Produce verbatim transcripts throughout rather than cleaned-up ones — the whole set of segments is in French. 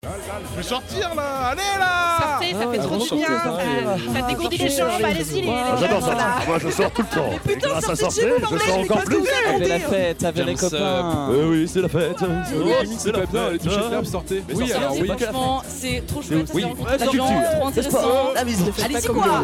Je vais sortir là, allez là. Sortez, ça fait trop du bien. Ça dégourdit les jambes, allez-y les gars. J'adore ça, moi je sors tout le temps. Et grâce à sortir, je sors encore plus. C'est la fête avec les copains. Euh, oui, c'est la fête. C'est la bien, allez toucher l'herbe, sortez. Oui, alors oui. Franchement, c'est trop chouette. Oui, La culture, trop intéressant. Allez-y quoi.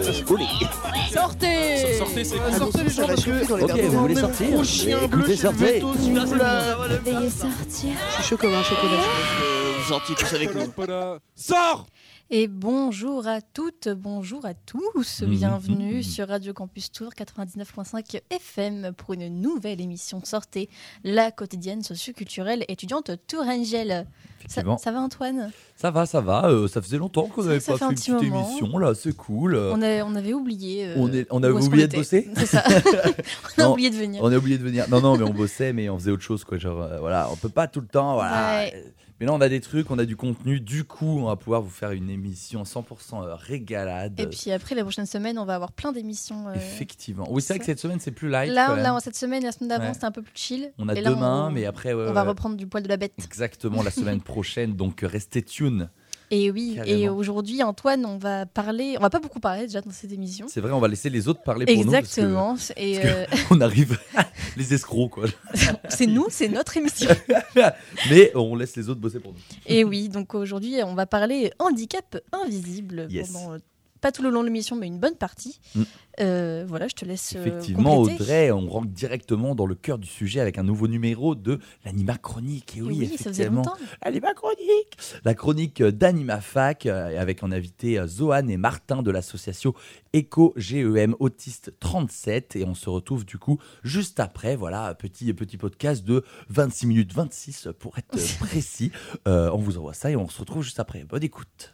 Sortez. Sortez, c'est cool. Sortez les gens parce que. Ok, vous voulez sortir? Mon chien bleu, Écoutez, je sortez. vais tous là. Veuillez sortir. Je suis chaud comme un chocolat. Vous sortez tous avec nous. Sors. Et bonjour à toutes, bonjour à tous. Bienvenue mmh. sur Radio Campus Tours quatre-vingt-dix-neuf virgule cinq F M pour une nouvelle émission Sortez, la quotidienne socio-culturelle étudiante tourangelle. Ça, ça va Antoine? Ça va, ça va. Euh, ça faisait longtemps qu'on n'avait pas fait une petite moment. émission là, c'est cool. On, a, on avait oublié. Euh, on, est, on avait oublié de bosser. C'est ça. on a non, oublié de venir. On a oublié de venir. Non, non, mais on bossait, mais on faisait autre chose quoi. Genre, euh, voilà, on peut pas tout le temps. Voilà. Ouais. Mais là, on a des trucs, on a du contenu. Du coup, on va pouvoir vous faire une émission cent pour cent régalade. Et puis après, la prochaine semaine, on va avoir plein d'émissions. Euh... Effectivement. Oui, c'est vrai que cette semaine, c'est plus light. Là, là cette semaine, la semaine d'avant, ouais. c'était un peu plus chill. On a et demain, là, on... mais après. Ouais, on ouais, va ouais. reprendre du poil de la bête. Exactement, la semaine prochaine. Donc, restez tuned. Et oui, Carrément. Et aujourd'hui, Antoine, on va parler. On va pas beaucoup parler déjà dans cette émission. C'est vrai, on va laisser les autres parler pour Exactement. nous. Exactement. Et parce euh... on arrive les escrocs, quoi. C'est nous, c'est notre émission. Mais on laisse les autres bosser pour nous. Et oui, donc aujourd'hui, on va parler handicap invisible. Yes. Pendant, pas tout le long de l'émission, mais une bonne partie. Mm. Euh, voilà, je te laisse. Effectivement, euh, Audrey, on rentre directement dans le cœur du sujet avec un nouveau numéro de l'Anima Chronique. Et oui, oui effectivement, ça faisait longtemps. L'Anima Chronique, la chronique d'Anima Fac, avec en invité Zohan et Martin de l'association Eco G E M Autiste trente-sept. Et on se retrouve du coup juste après. Voilà, petit, petit podcast de vingt-six minutes vingt-six pour être précis. euh, on vous envoie ça et on se retrouve juste après. Bonne écoute.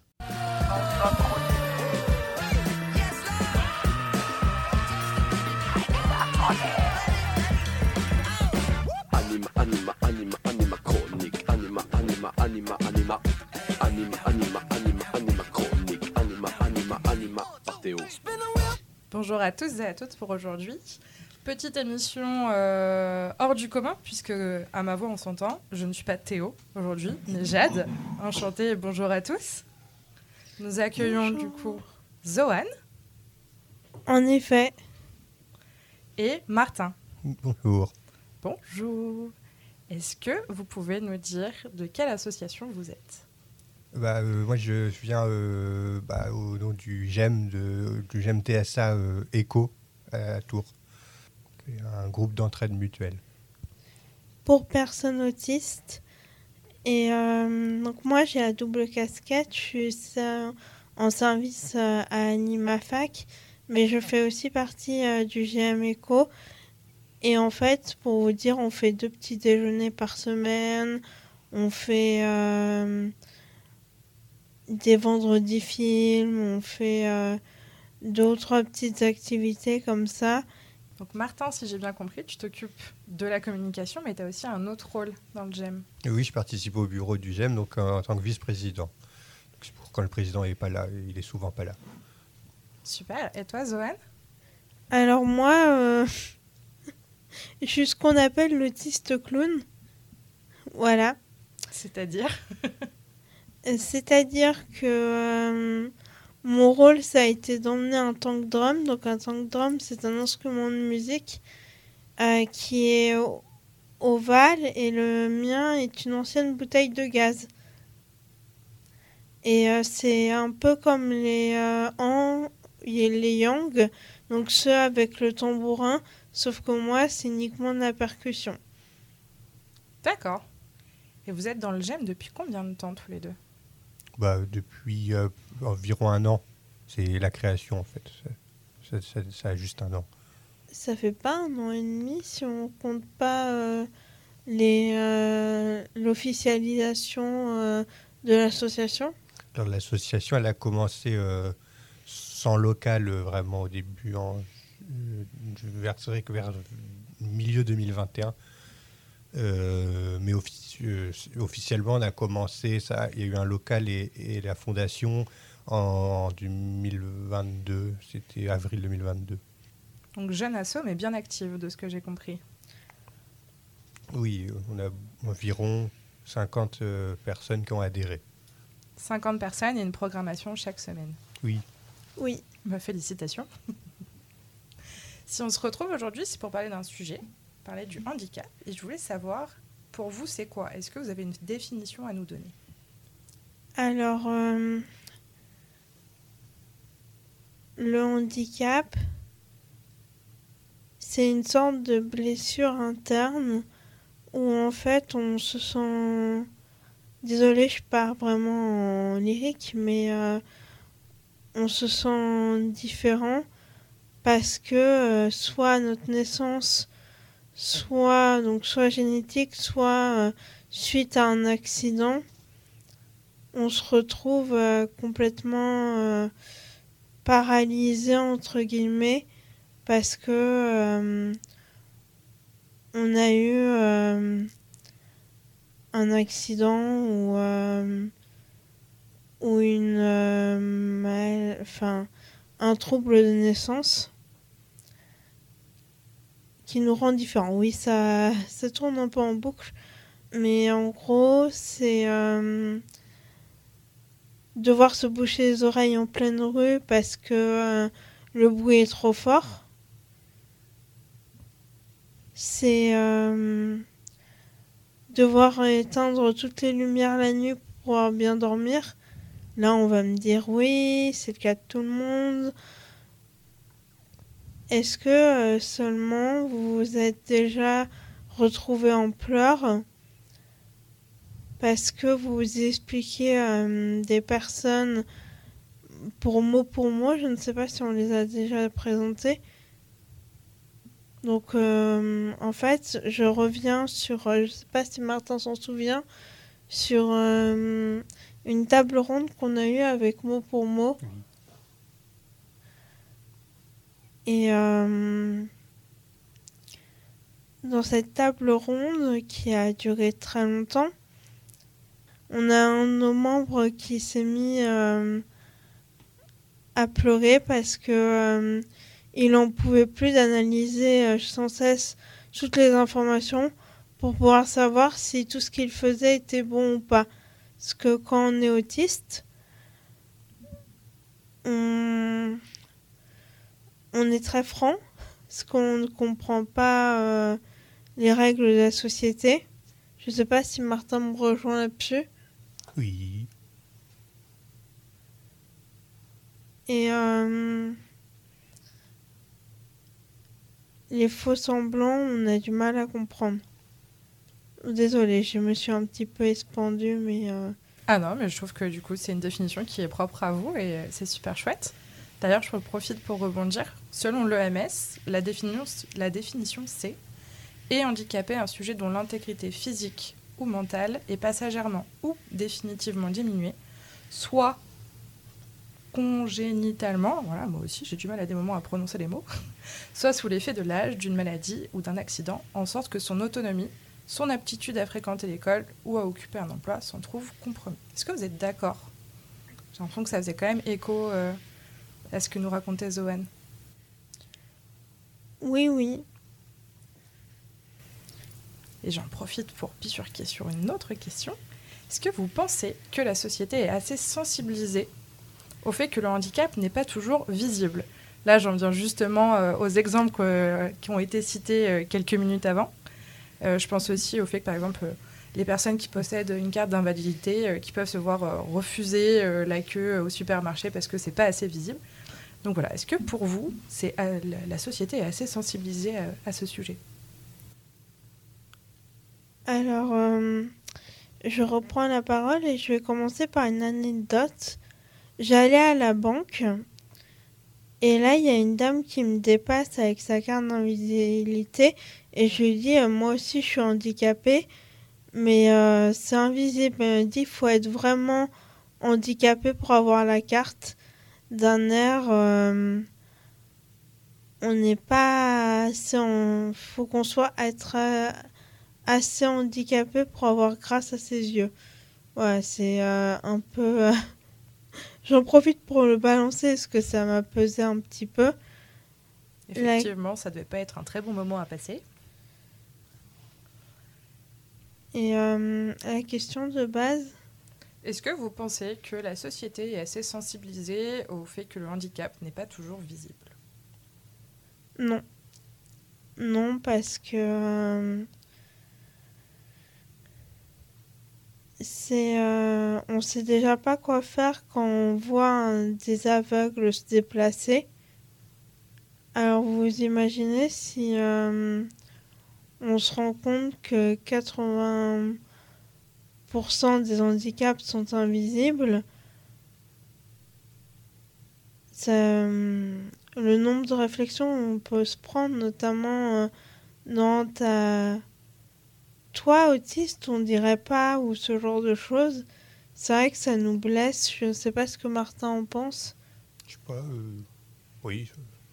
Anima, anima, anima, chronique, anima, anima, anima, anima, anima, anima, anima, anima, chronique, anima, anima, anima, par Théo. Bonjour à tous et à toutes pour aujourd'hui. Petite émission euh, hors du commun, puisque à ma voix on s'entend. Je ne suis pas Théo aujourd'hui, mais Jade. Enchantée et bonjour à tous. Nous accueillons bonjour. Du coup Zohan. En effet. Et Martin. Bonjour. Bonjour. Est-ce que vous pouvez nous dire de quelle association vous êtes ? bah, euh, Moi, je viens euh, bah, au nom du G E M, de, du G E M T S A euh, Eco à Tours, qui est un groupe d'entraide mutuelle. Pour personnes autistes. Et euh, donc moi, j'ai la double casquette. Je suis euh, en service euh, à Anima Fac, mais je fais aussi partie euh, du G E M Eco. Et en fait, pour vous dire, on fait deux petits déjeuners par semaine, on fait euh, des vendredis films, on fait euh, d'autres petites activités comme ça. Donc Martin, si j'ai bien compris, tu t'occupes de la communication, mais tu as aussi un autre rôle dans le G E M. Oui, je participe au bureau du G E M donc, euh, en tant que vice-président. Donc, c'est pour quand le président n'est pas là, il est souvent pas là. Super. Et toi, Zohan ? Alors moi... Euh... Je suis ce qu'on appelle l'autiste clown. Voilà. C'est-à-dire C'est-à-dire que euh, mon rôle, ça a été d'emmener un tank drum. Donc un tank drum, c'est un instrument de musique euh, qui est ovale et le mien est une ancienne bouteille de gaz. Et euh, c'est un peu comme les euh, Han, les Yang, donc ceux avec le tambourin. Sauf que moi, c'est uniquement de la percussion. D'accord. Et vous êtes dans le G E M depuis combien de temps, tous les deux ? bah, Depuis euh, environ un an. C'est la création, en fait. Ça, ça, ça, ça a juste un an. Ça fait pas un an et demi, si on compte pas euh, les, euh, l'officialisation euh, de l'association. Alors, l'association, elle a commencé euh, sans local, euh, vraiment, au début, en... je verserai que vers milieu deux mille vingt et un. Euh, mais offici- euh, officiellement, on a commencé, ça, il y a eu un local et, et la fondation en deux mille vingt-deux. C'était avril deux mille vingt-deux. Donc jeune asso, mais bien active, de ce que j'ai compris. Oui, on a environ cinquante euh, personnes qui ont adhéré. cinquante personnes et une programmation chaque semaine. Oui. Oui. Bah, félicitations. Si on se retrouve aujourd'hui, c'est pour parler d'un sujet, parler du handicap. Et je voulais savoir, pour vous, c'est quoi ? Est-ce que vous avez une définition à nous donner ? Alors, euh, le handicap, c'est une sorte de blessure interne où en fait on se sent... Désolée, je pars vraiment en lyrique, mais euh, on se sent différent parce que euh, soit à notre naissance, soit, donc, soit génétique, soit euh, suite à un accident, on se retrouve euh, complètement euh, paralysé, entre guillemets, parce que euh, on a eu euh, un accident ou, euh, ou une, euh, mal, enfin, un trouble de naissance qui nous rend différents. Oui, ça, ça tourne un peu en boucle, mais en gros, c'est... Euh, devoir se boucher les oreilles en pleine rue parce que euh, le bruit est trop fort. C'est euh, devoir éteindre toutes les lumières la nuit pour pouvoir bien dormir. Là, on va me dire oui, c'est le cas de tout le monde. Est-ce que euh, seulement vous vous êtes déjà retrouvé en pleurs parce que vous expliquez euh, des personnes pour mot pour mot, je ne sais pas si on les a déjà présentées. Donc euh, en fait, je reviens sur, euh, je ne sais pas si Martin s'en souvient, sur euh, une table ronde qu'on a eue avec mot pour mot. Oui. Et euh, dans cette table ronde qui a duré très longtemps, on a un de nos membres qui s'est mis euh, à pleurer parce que euh, il n'en pouvait plus d'analyser euh, sans cesse toutes les informations pour pouvoir savoir si tout ce qu'il faisait était bon ou pas. Parce que quand on est autiste, on, on est très franc, parce qu'on ne comprend pas euh, les règles de la société. Je ne sais pas si Martin me rejoint là-dessus. Oui. Et euh, les faux semblants, on a du mal à comprendre. Désolée, je me suis un petit peu expandue, mais... Euh... Ah non, mais je trouve que du coup, c'est une définition qui est propre à vous et c'est super chouette. D'ailleurs, je profite pour rebondir. Selon l'O M S, la définition, la définition c'est « est handicapé un sujet dont l'intégrité physique ou mentale est passagèrement ou définitivement diminuée, soit congénitalement, voilà, moi aussi j'ai du mal à des moments à prononcer les mots, soit sous l'effet de l'âge, d'une maladie ou d'un accident, en sorte que son autonomie, son aptitude à fréquenter l'école ou à occuper un emploi s'en trouve compromis. Est-ce que vous êtes d'accord ? J'ai l'impression que ça faisait quand même écho euh, à ce que nous racontait Zoan. Oui, oui. Et j'en profite pour bifurquer sur une autre question. Est-ce que vous pensez que la société est assez sensibilisée au fait que le handicap n'est pas toujours visible ? Là, j'en viens justement euh, aux exemples que, qui ont été cités euh, quelques minutes avant. Euh, je pense aussi au fait que, par exemple, euh, les personnes qui possèdent une carte d'invalidité, euh, qui peuvent se voir euh, refuser euh, la queue au supermarché parce que c'est pas assez visible. Donc voilà, est-ce que pour vous, c'est, euh, la, la société est assez sensibilisée à, à ce sujet ? Alors, euh, je reprends la parole et je vais commencer par une anecdote. J'allais à la banque et là, il y a une dame qui me dépasse avec sa carte d'invisibilité et je lui dis, euh, moi aussi, je suis handicapée, mais euh, c'est invisible. Elle me dit, il faut être vraiment handicapé pour avoir la carte. D'un air, euh, on n'est pas assez... Il faut qu'on soit être... Euh, assez handicapé pour avoir grâce à ses yeux. Ouais, c'est euh, un peu... Euh... J'en profite pour le balancer parce que ça m'a pesé un petit peu. Effectivement, la... ça devait pas être un très bon moment à passer. Et euh, la question de base ? Est-ce que vous pensez que la société est assez sensibilisée au fait que le handicap n'est pas toujours visible ? Non. Non, parce que euh, c'est, euh, on sait déjà pas quoi faire quand on voit un, des aveugles se déplacer. Alors vous imaginez si euh, on se rend compte que quatre-vingts pour cent des handicaps sont invisibles, ça, euh, le nombre de réflexions on peut se prendre, notamment euh, dans ta... Toi, autiste, on dirait pas, ou ce genre de choses. C'est vrai que ça nous blesse. Je sais pas ce que Martin en pense. Je sais pas, euh, oui.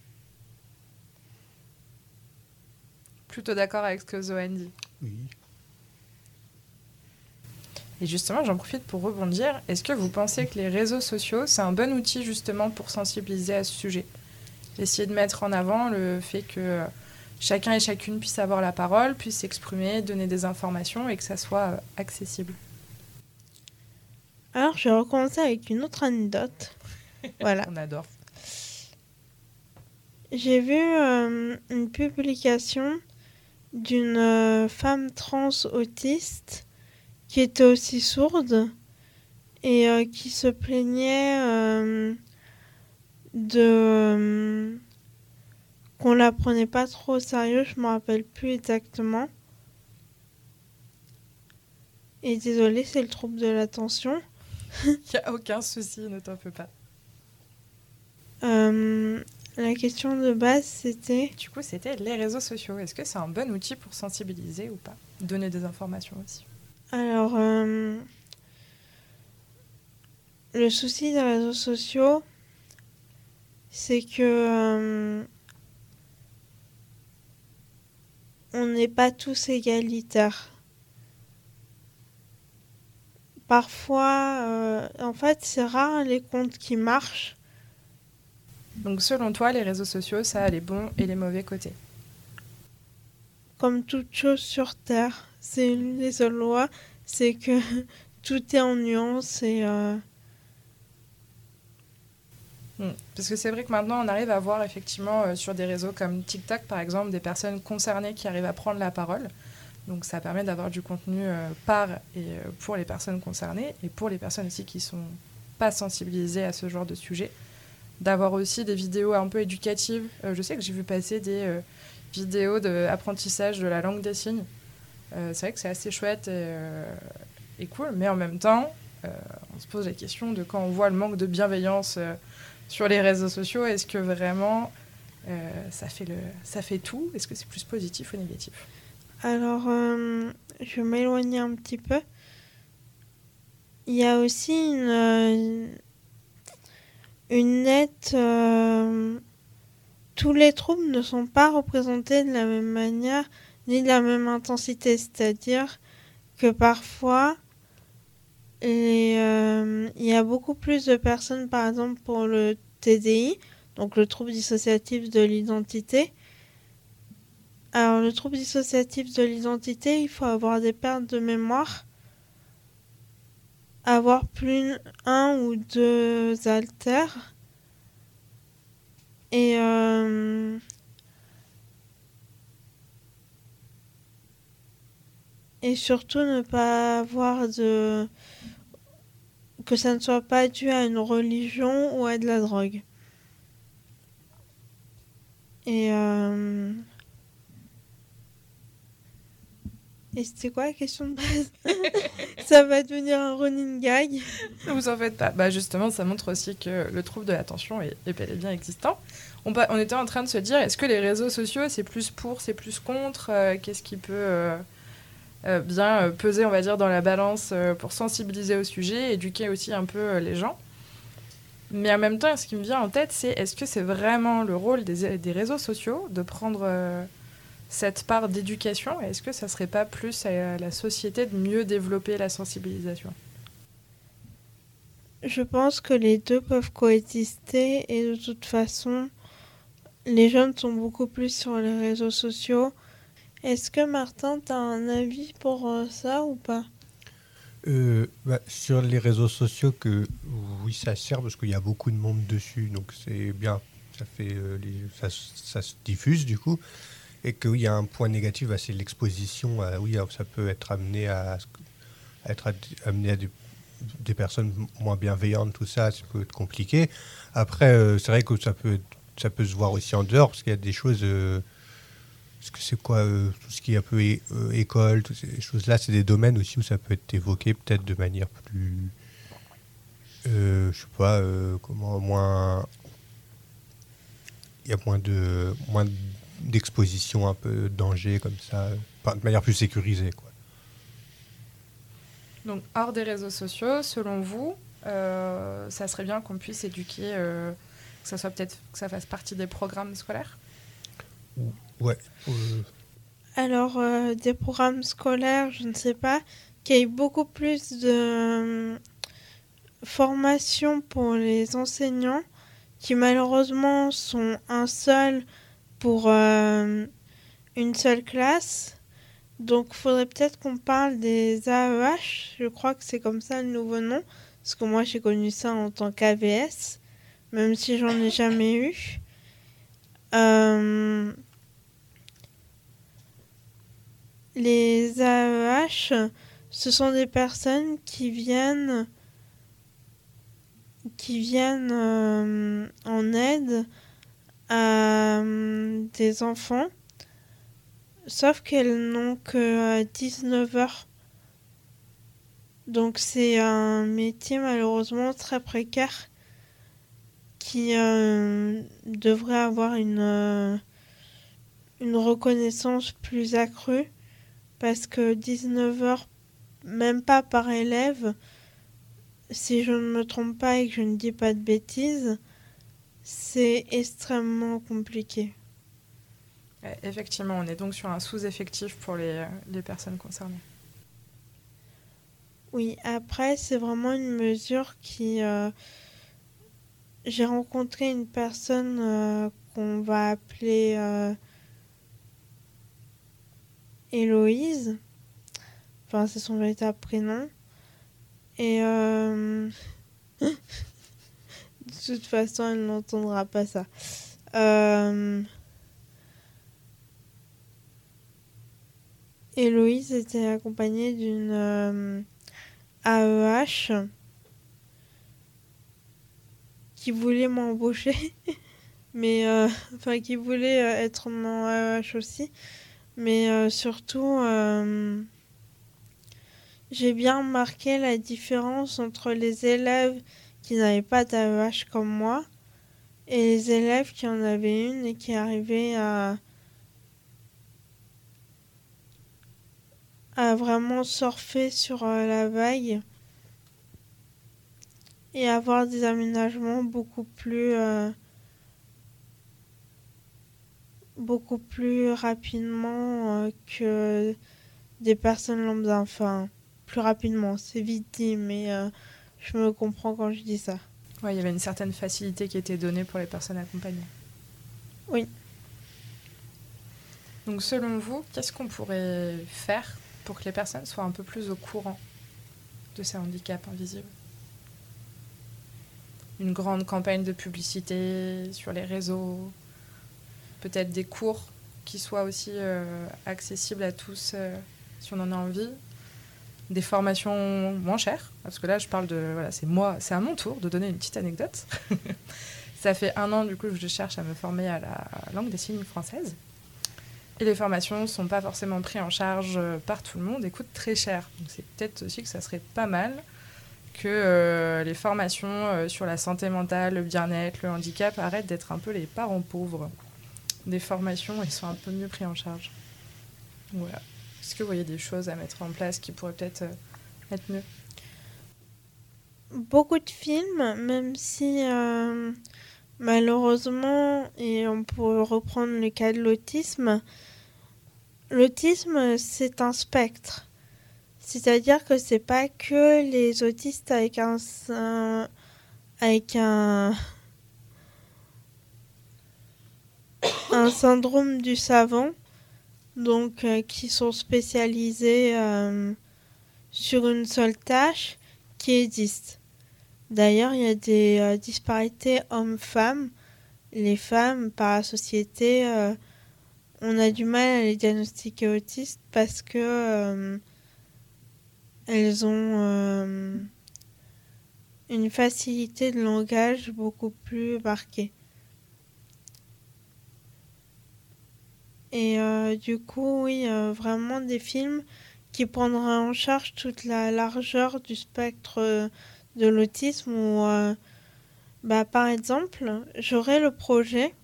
Plutôt d'accord avec ce que Zohan dit. Oui. Et justement, j'en profite pour rebondir. Est-ce que vous pensez que les réseaux sociaux, c'est un bon outil justement pour sensibiliser à ce sujet ? Essayer de mettre en avant le fait que chacun et chacune puisse avoir la parole, puisse s'exprimer, donner des informations et que ça soit accessible. Alors, je vais recommencer avec une autre anecdote. Voilà. On adore. J'ai vu euh, une publication d'une euh, femme trans autiste qui était aussi sourde et euh, qui se plaignait euh, de euh, qu'on la prenait pas trop au sérieux, je me rappelle plus exactement. Et désolée, c'est le trouble de l'attention. Il n'y a aucun souci, ne t'en fais pas. Euh, la question de base, c'était... Du coup, c'était les réseaux sociaux. Est-ce que c'est un bon outil pour sensibiliser ou pas ? Donner des informations aussi. Alors, euh, le souci des réseaux sociaux, c'est que euh, on n'est pas tous égalitaires. Parfois, euh, en fait, c'est rare les comptes qui marchent. Donc, selon toi, les réseaux sociaux, ça a les bons et les mauvais côtés. Comme toute chose sur Terre, c'est une des seules lois, c'est que tout est en nuances et... Euh... Mmh. Parce que c'est vrai que maintenant, on arrive à voir effectivement euh, sur des réseaux comme TikTok, par exemple, des personnes concernées qui arrivent à prendre la parole. Donc, ça permet d'avoir du contenu euh, par et euh, pour les personnes concernées et pour les personnes aussi qui ne sont pas sensibilisées à ce genre de sujet. D'avoir aussi des vidéos un peu éducatives. Euh, je sais que j'ai vu passer des euh, vidéos d'apprentissage de la langue des signes. Euh, c'est vrai que c'est assez chouette et, euh, et cool, mais en même temps, euh, on se pose la question de quand on voit le manque de bienveillance euh, sur les réseaux sociaux, est-ce que vraiment euh, ça fait le, ça fait tout ? Est-ce que c'est plus positif ou négatif ? Alors, euh, je vais m'éloigner un petit peu. Il y a aussi une, euh, une nette... Euh, tous les troubles ne sont pas représentés de la même manière ni de la même intensité. C'est-à-dire que parfois, les, euh, il y a beaucoup plus de personnes, par exemple pour le T D I, donc le trouble dissociatif de l'identité. Alors, le trouble dissociatif de l'identité, il faut avoir des pertes de mémoire, avoir plus un ou deux haltères, et, euh, et surtout ne pas avoir de... que ça ne soit pas dû à une religion ou à de la drogue. Et... Euh... Et c'était quoi la question de base ? Ça va devenir un running gag. Ne vous en faites pas. Bah justement, ça montre aussi que le trouble de l'attention est, est bel et bien existant. On, on était en train de se dire, est-ce que les réseaux sociaux, c'est plus pour, c'est plus contre euh, Qu'est-ce qui peut euh, euh, bien euh, peser, on va dire, dans la balance euh, pour sensibiliser au sujet, éduquer aussi un peu euh, les gens ? Mais en même temps, ce qui me vient en tête, c'est est-ce que c'est vraiment le rôle des, des réseaux sociaux de prendre... Euh, cette part d'éducation, est-ce que ça serait pas plus à la société de mieux développer la sensibilisation ? Je pense que les deux peuvent coexister et de toute façon, les jeunes sont beaucoup plus sur les réseaux sociaux. Est-ce que Martin, tu as un avis pour euh, ça ou pas ? Euh, bah, sur les réseaux sociaux, que oui, ça sert parce qu'il y a beaucoup de monde dessus, donc c'est bien. Ça fait, euh, les, ça, ça se diffuse du coup, et que oui, il y a un point négatif, bah, c'est l'exposition. À, oui, ça peut être amené à, à être amené à des, des personnes moins bienveillantes, tout ça, ça peut être compliqué. Après, euh, c'est vrai que ça peut, être, ça peut se voir aussi en dehors, parce qu'il y a des choses. Euh, Parce que c'est quoi, euh, tout ce qui est un peu é- euh, école, toutes ces choses-là, c'est des domaines aussi où ça peut être évoqué peut-être de manière plus, euh, je sais pas, euh, comment, moins, il y a moins de, moins d'exposition, un peu de danger comme ça, enfin, de manière plus sécurisée, quoi. Donc, hors des réseaux sociaux, selon vous, euh, ça serait bien qu'on puisse éduquer, euh, que ça soit peut-être que ça fasse partie des programmes scolaires. Ouais. Euh... Alors, euh, des programmes scolaires, je ne sais pas, qu'il y ait beaucoup plus de euh, formation pour les enseignants qui malheureusement sont un seul pour euh, une seule classe. Donc, il faudrait peut-être qu'on parle des A E H, je crois que c'est comme ça le nouveau nom, parce que moi j'ai connu ça en tant qu'A V S, même si j'en ai jamais eu. Euh... Les A E H, ce sont des personnes qui viennent, qui viennent euh, en aide à euh, des enfants, sauf qu'elles n'ont que dix-neuf heures. Donc c'est un métier malheureusement très précaire qui euh, devrait avoir une, euh, une reconnaissance plus accrue. Parce que dix-neuf heures, même pas par élève, si je ne me trompe pas et que je ne dis pas de bêtises, c'est extrêmement compliqué. Effectivement, on est donc sur un sous-effectif pour les, les personnes concernées. Oui, après, c'est vraiment une mesure qui... Euh, j'ai rencontré une personne euh, qu'on va appeler... Euh, Héloïse, enfin c'est son véritable prénom, et euh... de toute façon elle n'entendra pas ça. Euh... Héloïse était accompagnée d'une euh, A E H qui voulait m'embaucher, mais euh... enfin qui voulait être mon A E H aussi. Mais euh, surtout, euh, j'ai bien remarqué la différence entre les élèves qui n'avaient pas d'A E H comme moi et les élèves qui en avaient une et qui arrivaient à, à vraiment surfer sur euh, la vague et avoir des aménagements beaucoup plus... Euh, beaucoup plus rapidement euh, que des personnes lambda. Enfin, plus rapidement, c'est vite dit, mais euh, je me comprends quand je dis ça. Oui, il y avait une certaine facilité qui était donnée pour les personnes accompagnées. Oui. Donc, selon vous, qu'est-ce qu'on pourrait faire pour que les personnes soient un peu plus au courant de ces handicaps invisibles ? Une grande campagne de publicité sur les réseaux ? Peut-être des cours qui soient aussi euh, accessibles à tous euh, si on en a envie. Des formations moins chères. Parce que là, je parle de... Voilà, c'est moi, c'est à mon tour de donner une petite anecdote. Ça fait un an, du coup, que je cherche à me former à la langue des signes française. Et les formations ne sont pas forcément prises en charge par tout le monde et coûtent très cher. Donc c'est peut-être aussi que ça serait pas mal que euh, les formations euh, sur la santé mentale, le bien-être, le handicap arrêtent d'être un peu les parents pauvres des formations et sont un peu mieux pris en charge. Voilà. Est-ce que vous voyez des choses à mettre en place qui pourraient peut-être euh, être mieux ? Beaucoup de films, même si euh, malheureusement, et on pourrait reprendre le cas de l'autisme, l'autisme c'est un spectre. C'est-à-dire que c'est pas que les autistes avec un, un avec un un syndrome du savant, donc euh, qui sont spécialisés euh, sur une seule tâche qui existe. D'ailleurs, il y a des euh, disparités hommes-femmes. Les femmes, par la société, euh, on a du mal à les diagnostiquer autistes parce que euh, elles ont euh, une facilité de langage beaucoup plus marquée. Et euh, du coup, oui, euh, vraiment des films qui prendraient en charge toute la largeur du spectre euh, de l'autisme. Où, euh, bah, par exemple, j'aurais le projet,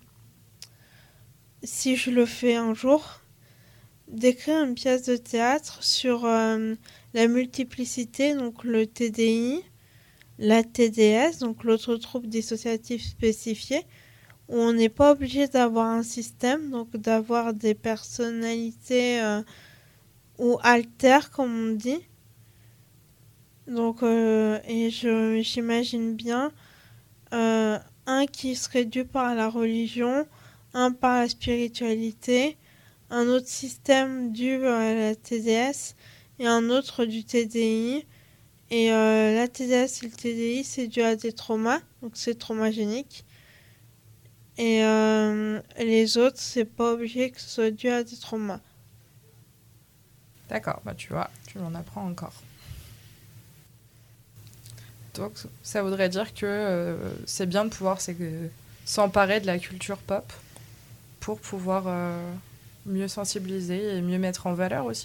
si je le fais un jour, d'écrire une pièce de théâtre sur euh, la multiplicité, donc le T D I, la T D S, donc l'autre trouble dissociatif spécifié, où on n'est pas obligé d'avoir un système, donc d'avoir des personnalités euh, ou altères, comme on dit. Donc, euh, et je, j'imagine bien euh, un qui serait dû par la religion, un par la spiritualité, un autre système dû à la T D S et un autre du T D I. Et euh, la T D S et le T D I, c'est dû à des traumas, donc c'est traumagénique. Et euh, les autres, c'est pas obligé que ce soit dû à des traumas. D'accord, bah tu vois, tu m'en apprends encore. Donc ça voudrait dire que euh, c'est bien de pouvoir c'est que, s'emparer de la culture pop pour pouvoir euh, mieux sensibiliser et mieux mettre en valeur aussi.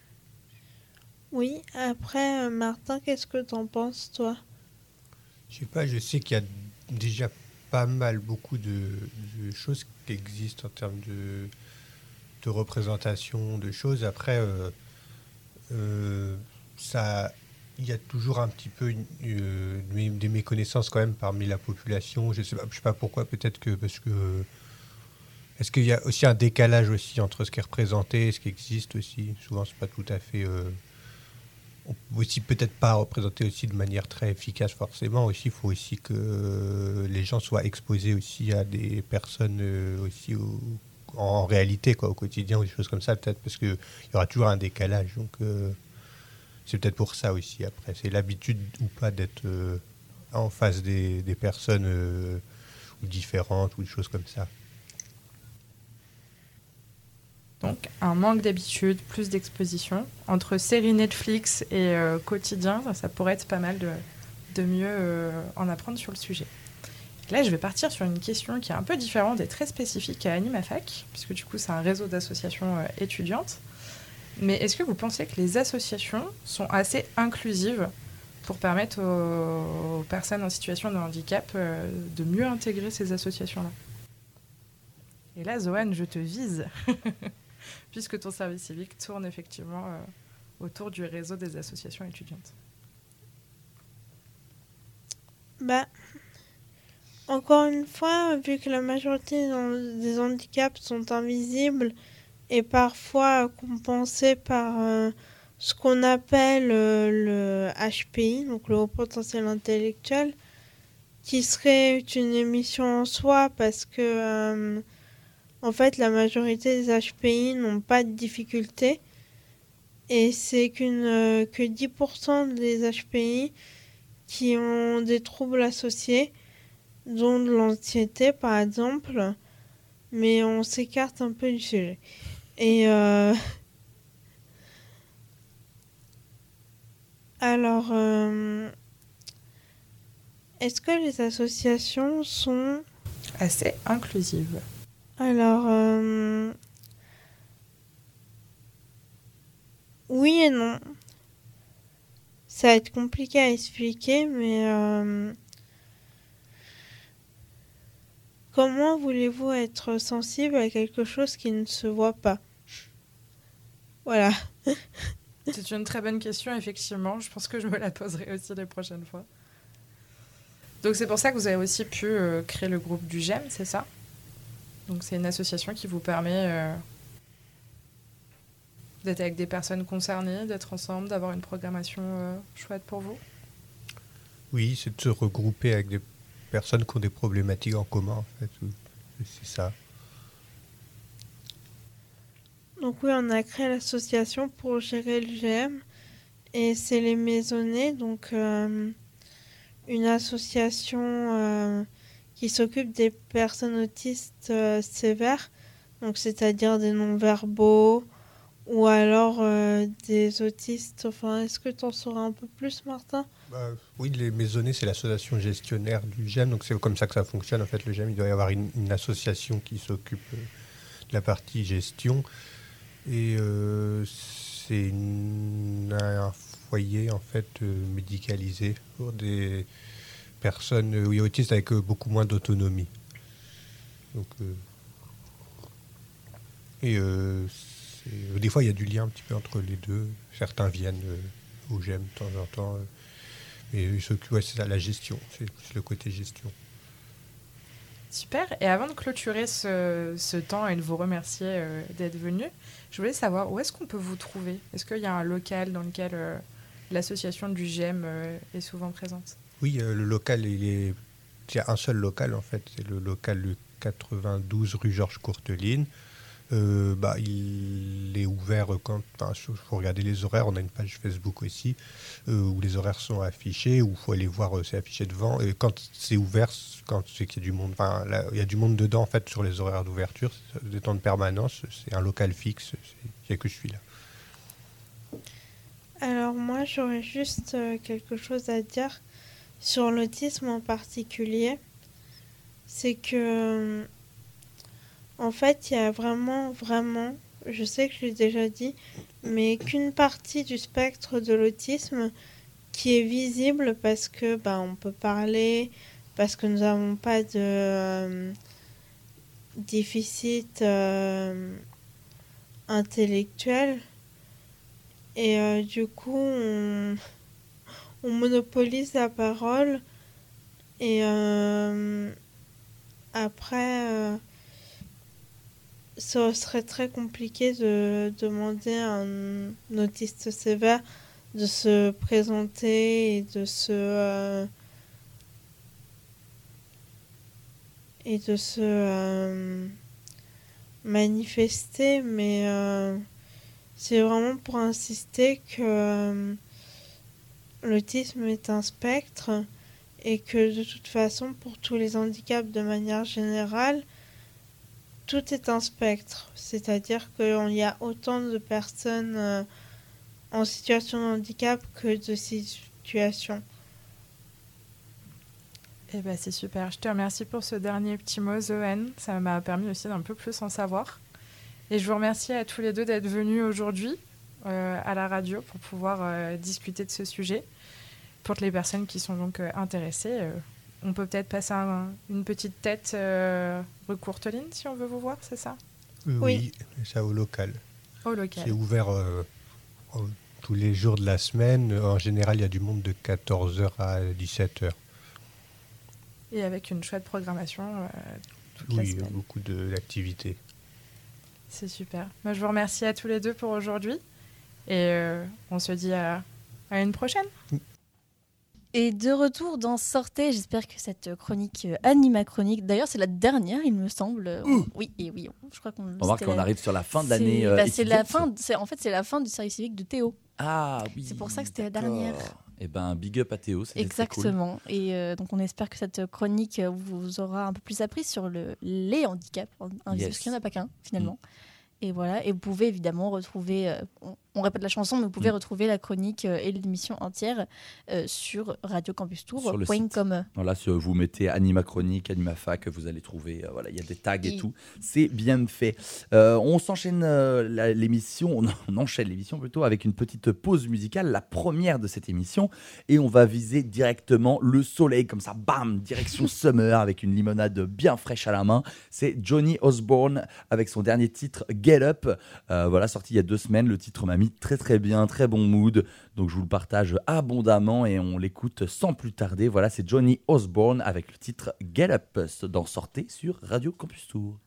Oui, après, euh, Martin, qu'est-ce que t'en penses, toi? Je sais pas, je sais qu'il y a déjà pas mal, beaucoup de, de choses qui existent en termes de, de représentation, de choses. Après, euh, euh, ça, il y a toujours un petit peu une, euh, des méconnaissances quand même parmi la population. Je sais pas, je sais pas pourquoi, peut-être que parce que est-ce qu'il y a aussi un décalage aussi entre ce qui est représenté et ce qui existe aussi. Souvent, c'est pas tout à fait. Euh, on peut aussi peut-être pas représenter aussi de manière très efficace forcément. Aussi, il faut aussi que euh, les gens soient exposés aussi à des personnes euh, aussi au, en réalité quoi, au quotidien ou des choses comme ça peut-être parce que il y aura toujours un décalage. Donc euh, c'est peut-être pour ça aussi. Après, c'est l'habitude ou pas d'être euh, en face des, des personnes euh, ou différentes ou des choses comme ça. Donc un manque d'habitude, plus d'exposition. Entre séries Netflix et euh, quotidien, ça, ça pourrait être pas mal de, de mieux euh, en apprendre sur le sujet. Là, je vais partir sur une question qui est un peu différente et très spécifique à AnimaFac, puisque du coup, c'est un réseau d'associations euh, étudiantes. Mais est-ce que vous pensez que les associations sont assez inclusives pour permettre aux, aux personnes en situation de handicap euh, de mieux intégrer ces associations-là? Et là, Zohan, je te vise, puisque ton service civique tourne effectivement euh, autour du réseau des associations étudiantes. Bah, encore une fois, vu que la majorité des handicaps sont invisibles et parfois compensés par euh, ce qu'on appelle euh, le H P I, donc le haut potentiel intellectuel, qui serait une émission en soi parce que euh, en fait la majorité des H P I n'ont pas de difficultés et c'est qu'une, euh, que dix pour cent des H P I qui ont des troubles associés, dont de l'anxiété par exemple, mais on s'écarte un peu du sujet. Et euh... alors, euh... est-ce que les associations sont assez inclusives? Alors, euh... oui et non. Ça va être compliqué à expliquer, mais euh... comment voulez-vous être sensible à quelque chose qui ne se voit pas? Voilà. C'est une très bonne question, effectivement. Je pense que je me la poserai aussi les prochaines fois. Donc c'est pour ça que vous avez aussi pu euh, créer le groupe du G E M, c'est ça? Donc c'est une association qui vous permet euh, d'être avec des personnes concernées, d'être ensemble, d'avoir une programmation euh, chouette pour vous? Oui, c'est de se regrouper avec des personnes qui ont des problématiques en commun, en fait. C'est ça. Donc oui, on a créé l'association pour gérer le G E M Et c'est les Maisonnés, donc euh, une association euh, qui s'occupe des personnes autistes euh, sévères, donc c'est-à-dire des non-verbaux ou alors euh, des autistes. Enfin, est-ce que tu en sauras un peu plus, Martin ? Bah, oui, les Maisonnés, c'est l'association gestionnaire du G E M, donc c'est comme ça que ça fonctionne. En fait, le G E M, il doit y avoir une, une association qui s'occupe euh, de la partie gestion. Et euh, c'est une, un foyer en fait euh, médicalisé pour des personnes euh, oui, autistes avec euh, beaucoup moins d'autonomie. Donc, euh, et euh, c'est, des fois, il y a du lien un petit peu entre les deux. Certains viennent euh, au G E M de temps en temps. Euh, mais ils s'occupent, ouais, c'est ça, la gestion. C'est plus le côté gestion. Super. Et avant de clôturer ce, ce temps et de vous remercier euh, d'être venu, je voulais savoir où est-ce qu'on peut vous trouver ? Est-ce qu'il y a un local dans lequel euh, l'association du G E M euh, est souvent présente ? Oui, euh, le local, il est... il y a un seul local en fait. C'est le local du quatre-vingt-douze rue Georges Courteline. Euh, bah, il est ouvert quand... Enfin, il faut regarder les horaires. On a une page Facebook aussi euh, où les horaires sont affichés, où il faut aller voir, euh, c'est affiché devant. Et quand c'est ouvert, quand c'est qu'il y a du monde, enfin, là, il y a du monde dedans en fait sur les horaires d'ouverture. C'est des temps de permanence. C'est un local fixe. Il n'y a que celui-là. Alors moi, j'aurais juste euh, quelque chose à dire sur l'autisme en particulier. C'est que... En fait, il y a vraiment, vraiment, je sais que je l'ai déjà dit, mais qu'une partie du spectre de l'autisme qui est visible parce que bah, on peut parler, parce que nous n'avons pas de euh, déficit euh, intellectuel. Et euh, du coup, on, on monopolise la parole. Et euh, après... Euh, ce serait très compliqué de demander à un autiste sévère de se présenter et de se euh, et de se euh, manifester, mais euh, c'est vraiment pour insister que euh, l'autisme est un spectre et que de toute façon, pour tous les handicaps de manière générale, tout est un spectre, c'est-à-dire qu'il y a autant de personnes euh, en situation de handicap que de situations. Eh ben, c'est super. Je te remercie pour ce dernier petit mot, Zoën. Ça m'a permis aussi d'un peu plus en savoir. Et je vous remercie à tous les deux d'être venus aujourd'hui euh, à la radio pour pouvoir euh, discuter de ce sujet. Pour les personnes qui sont donc euh, intéressées, euh, on peut peut-être passer un, une petite tête euh, rue Courteline si on veut vous voir, c'est ça ? euh, Oui, oui, ça au local. Au local. C'est ouvert euh, euh, tous les jours de la semaine. En général, il y a du monde de quatorze heures à dix-sept heures. Et avec une chouette programmation euh, toute oui, la semaine. beaucoup de, d'activités. C'est super. Moi, je vous remercie à tous les deux pour aujourd'hui. Et euh, on se dit à, à une prochaine. Et de retour dans Sortez, j'espère que cette chronique euh, Anima Chronique, d'ailleurs c'est la dernière il me semble. Ouh. Oui, et oui, je crois qu'on... On remarque qu'on la... arrive sur la fin de c'est... l'année euh, bah, c'est la étudiante. fin, c'est... En fait c'est la fin du service civique de Théo. Ah oui. C'est pour ça que c'était la d'accord. dernière. Eh ben, big up à Théo, c'était Exactement. Cool. Et euh, donc on espère que cette chronique vous aura un peu plus appris sur le... les handicaps, yes. Parce qu'il n'y en a pas qu'un finalement. Mm. Et voilà, et vous pouvez évidemment retrouver, euh, on, on répète la chanson, mais vous pouvez mmh. retrouver la chronique euh, et l'émission entière euh, sur radio campus tour point com. Voilà, si vous mettez Anima Chronique, Anima Fac, vous allez trouver, euh, voilà, il y a des tags et, et tout. C'est bien fait. Euh, on s'enchaîne euh, la, l'émission, on, on enchaîne l'émission plutôt avec une petite pause musicale, la première de cette émission, et on va viser directement le soleil, comme ça, bam, direction summer, avec une limonade bien fraîche à la main. C'est Johnny Osborne avec son dernier titre, Get Up, euh, voilà, sorti il y a deux semaines. Le titre m'a mis très très bien, très bon mood, donc je vous le partage abondamment et on l'écoute sans plus tarder. Voilà, c'est Johnny Osborne avec le titre Get Up dans Sortez sur Radio Campus Tour.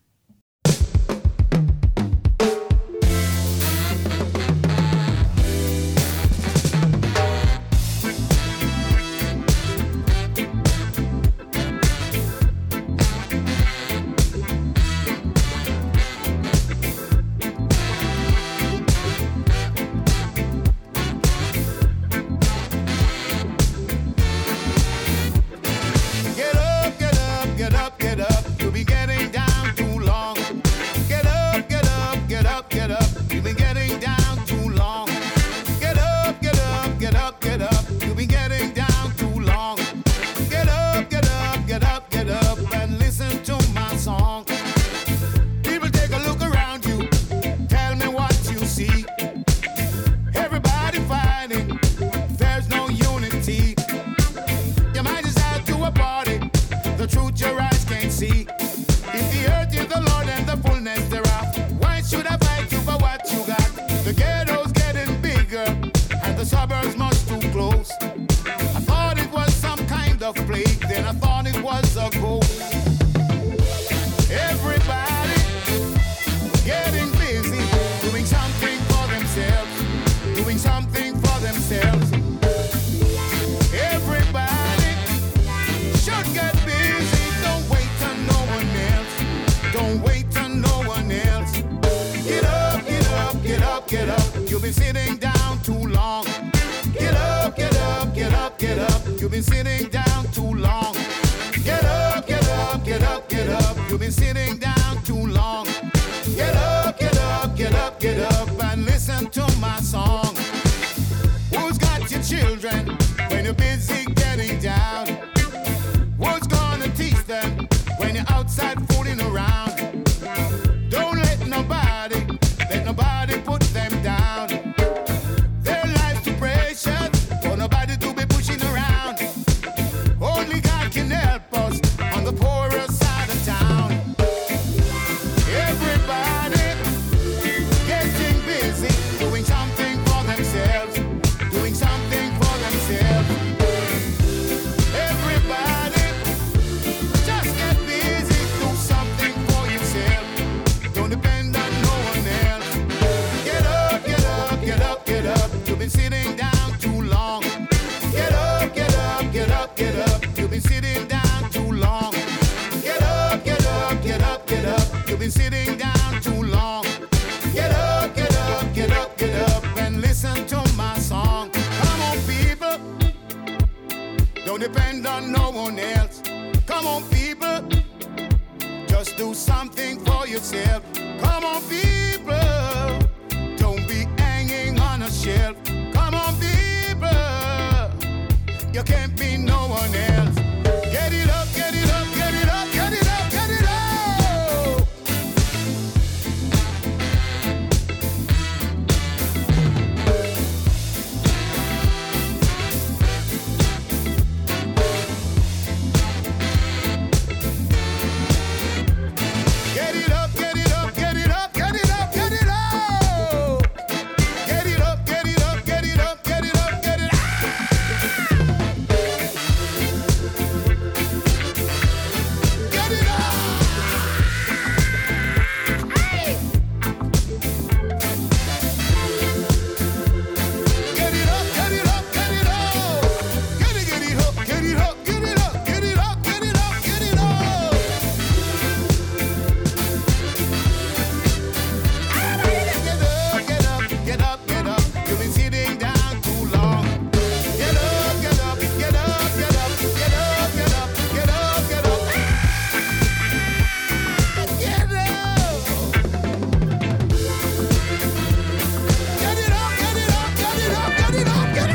awake, then I thought it was a ghost. Everybody getting busy, doing something for themselves, doing something for themselves. Everybody should get busy, don't wait on no one else, don't wait on no one else. Get up, get up, get up, get up, you've been sitting down too long. Get up, get up, get up, get up, you've been sitting down too long. Get up, get up, get up, get up, you've been sitting down too long. Get up, get up, get up, get up, and listen to my song. Who's got your children when you're busy getting down? Who's gonna teach them when you're outside fooling around? Don't let nobody, let nobody put them down. Their life's too precious for nobody to be pushing around. Only God can help us on the poorer side of town. Everybody getting busy, doing something for themselves, doing something for themselves. Everybody just get busy, do something for yourself. Don't depend on no one else. Get up, get up, get up, get up. You've been sitting down too long. Get up, get up, get up, get up. You've been sitting down too long. Get up, get up, get up, get up. You've been sitting down too long. Get up, get up, get up, get up, and listen to my song. Come on, people. Don't depend on no one else. Come on, people. Just do something for yourself. Come on, people. Don't be hanging on a shelf. Come on, people. You can't be no one else. Get it up, get it up, get it up, get it up, get it up. Get it up, get it up, get it up, get it up, get it up. Get it up, get it up, get it up, get it up, get it up. Get it up. Hey. Get it up, get it up, get it up. Get it, get it up, get it up, get it up, get it up, get it up, get it up. Get up, get up, get up, get up. You've been sitting down too long. Get up, get up, get up, get up, get up, get up, get up, get up. Get up. Get it up, get it up, get it up, get it up, get it up.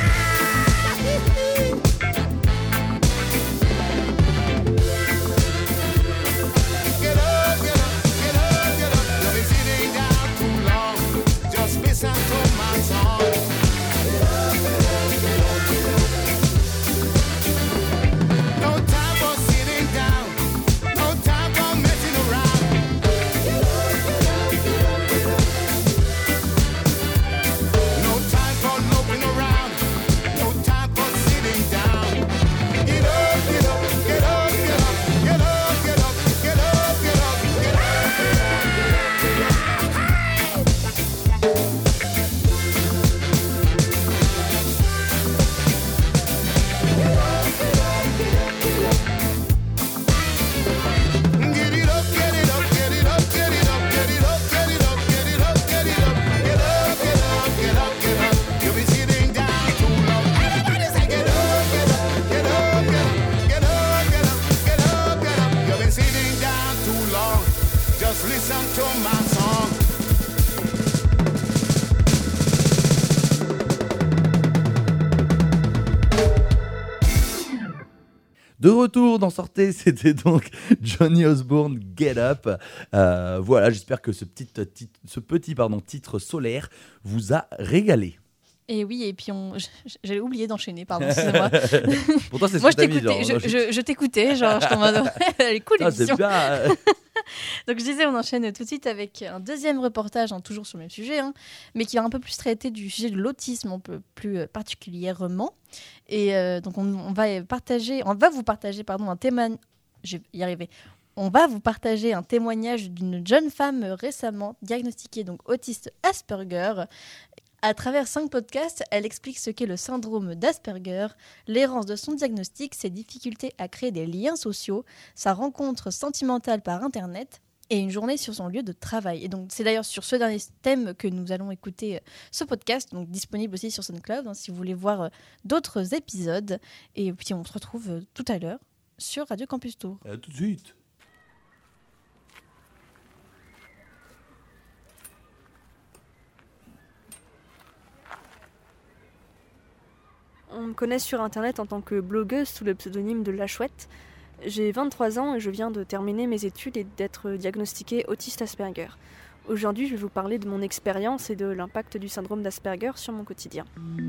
Get up, get up, get up, get up. You've been sitting down too long. Just listen to my song. No time for sitting down. No time for messing around. No time for looking around. No time for sitting down. Get up, get up, get up, get up, get up, get up, get up, get up, get up. Get it up, get it up, get it up, get it up, get it up, get it up, get it up, get it up, get up, get up, get up, get up. You've been sitting down too long. Everybody say get up, get up, get up, get up, get up, get up, get up, get up. You've been sitting down too long. Just listen to my song. De retour dans Sortez, c'était donc Johnny Osbourne, Get Up. Euh, voilà, j'espère que ce petit, tit- ce petit pardon, titre solaire vous a régalé. Et oui, et puis on... j'avais oublié d'enchaîner, pardon, excusez-moi. Pourtant, c'est ce Moi, que je t'as mis, t'écoutais, genre, je, je, je t'écoutais, genre, je t'en mode, elle est cool Ah, c'est l'émission. bien. Donc je disais, on enchaîne tout de suite avec un deuxième reportage, hein, toujours sur le même sujet, hein, mais qui va un peu plus traiter du sujet de l'autisme, un peu plus euh, particulièrement. Et euh, donc on, on va partager, on va vous partager, pardon, un témoignage. Je vais y arriver. On va vous partager un témoignage d'une jeune femme récemment diagnostiquée donc autiste Asperger. À travers cinq podcasts, elle explique ce qu'est le syndrome d'Asperger, l'errance de son diagnostic, ses difficultés à créer des liens sociaux, sa rencontre sentimentale par Internet et une journée sur son lieu de travail. Et donc, c'est d'ailleurs sur ce dernier thème que nous allons écouter ce podcast, donc disponible aussi sur SoundCloud, hein, si vous voulez voir euh, d'autres épisodes. Et puis, on se retrouve euh, tout à l'heure sur Radio Campus Tour. À tout de suite. On me connaît sur internet en tant que blogueuse sous le pseudonyme de La Chouette. J'ai vingt-trois ans et je viens de terminer mes études et d'être diagnostiquée autiste Asperger. Aujourd'hui, je vais vous parler de mon expérience et de l'impact du syndrome d'Asperger sur mon quotidien.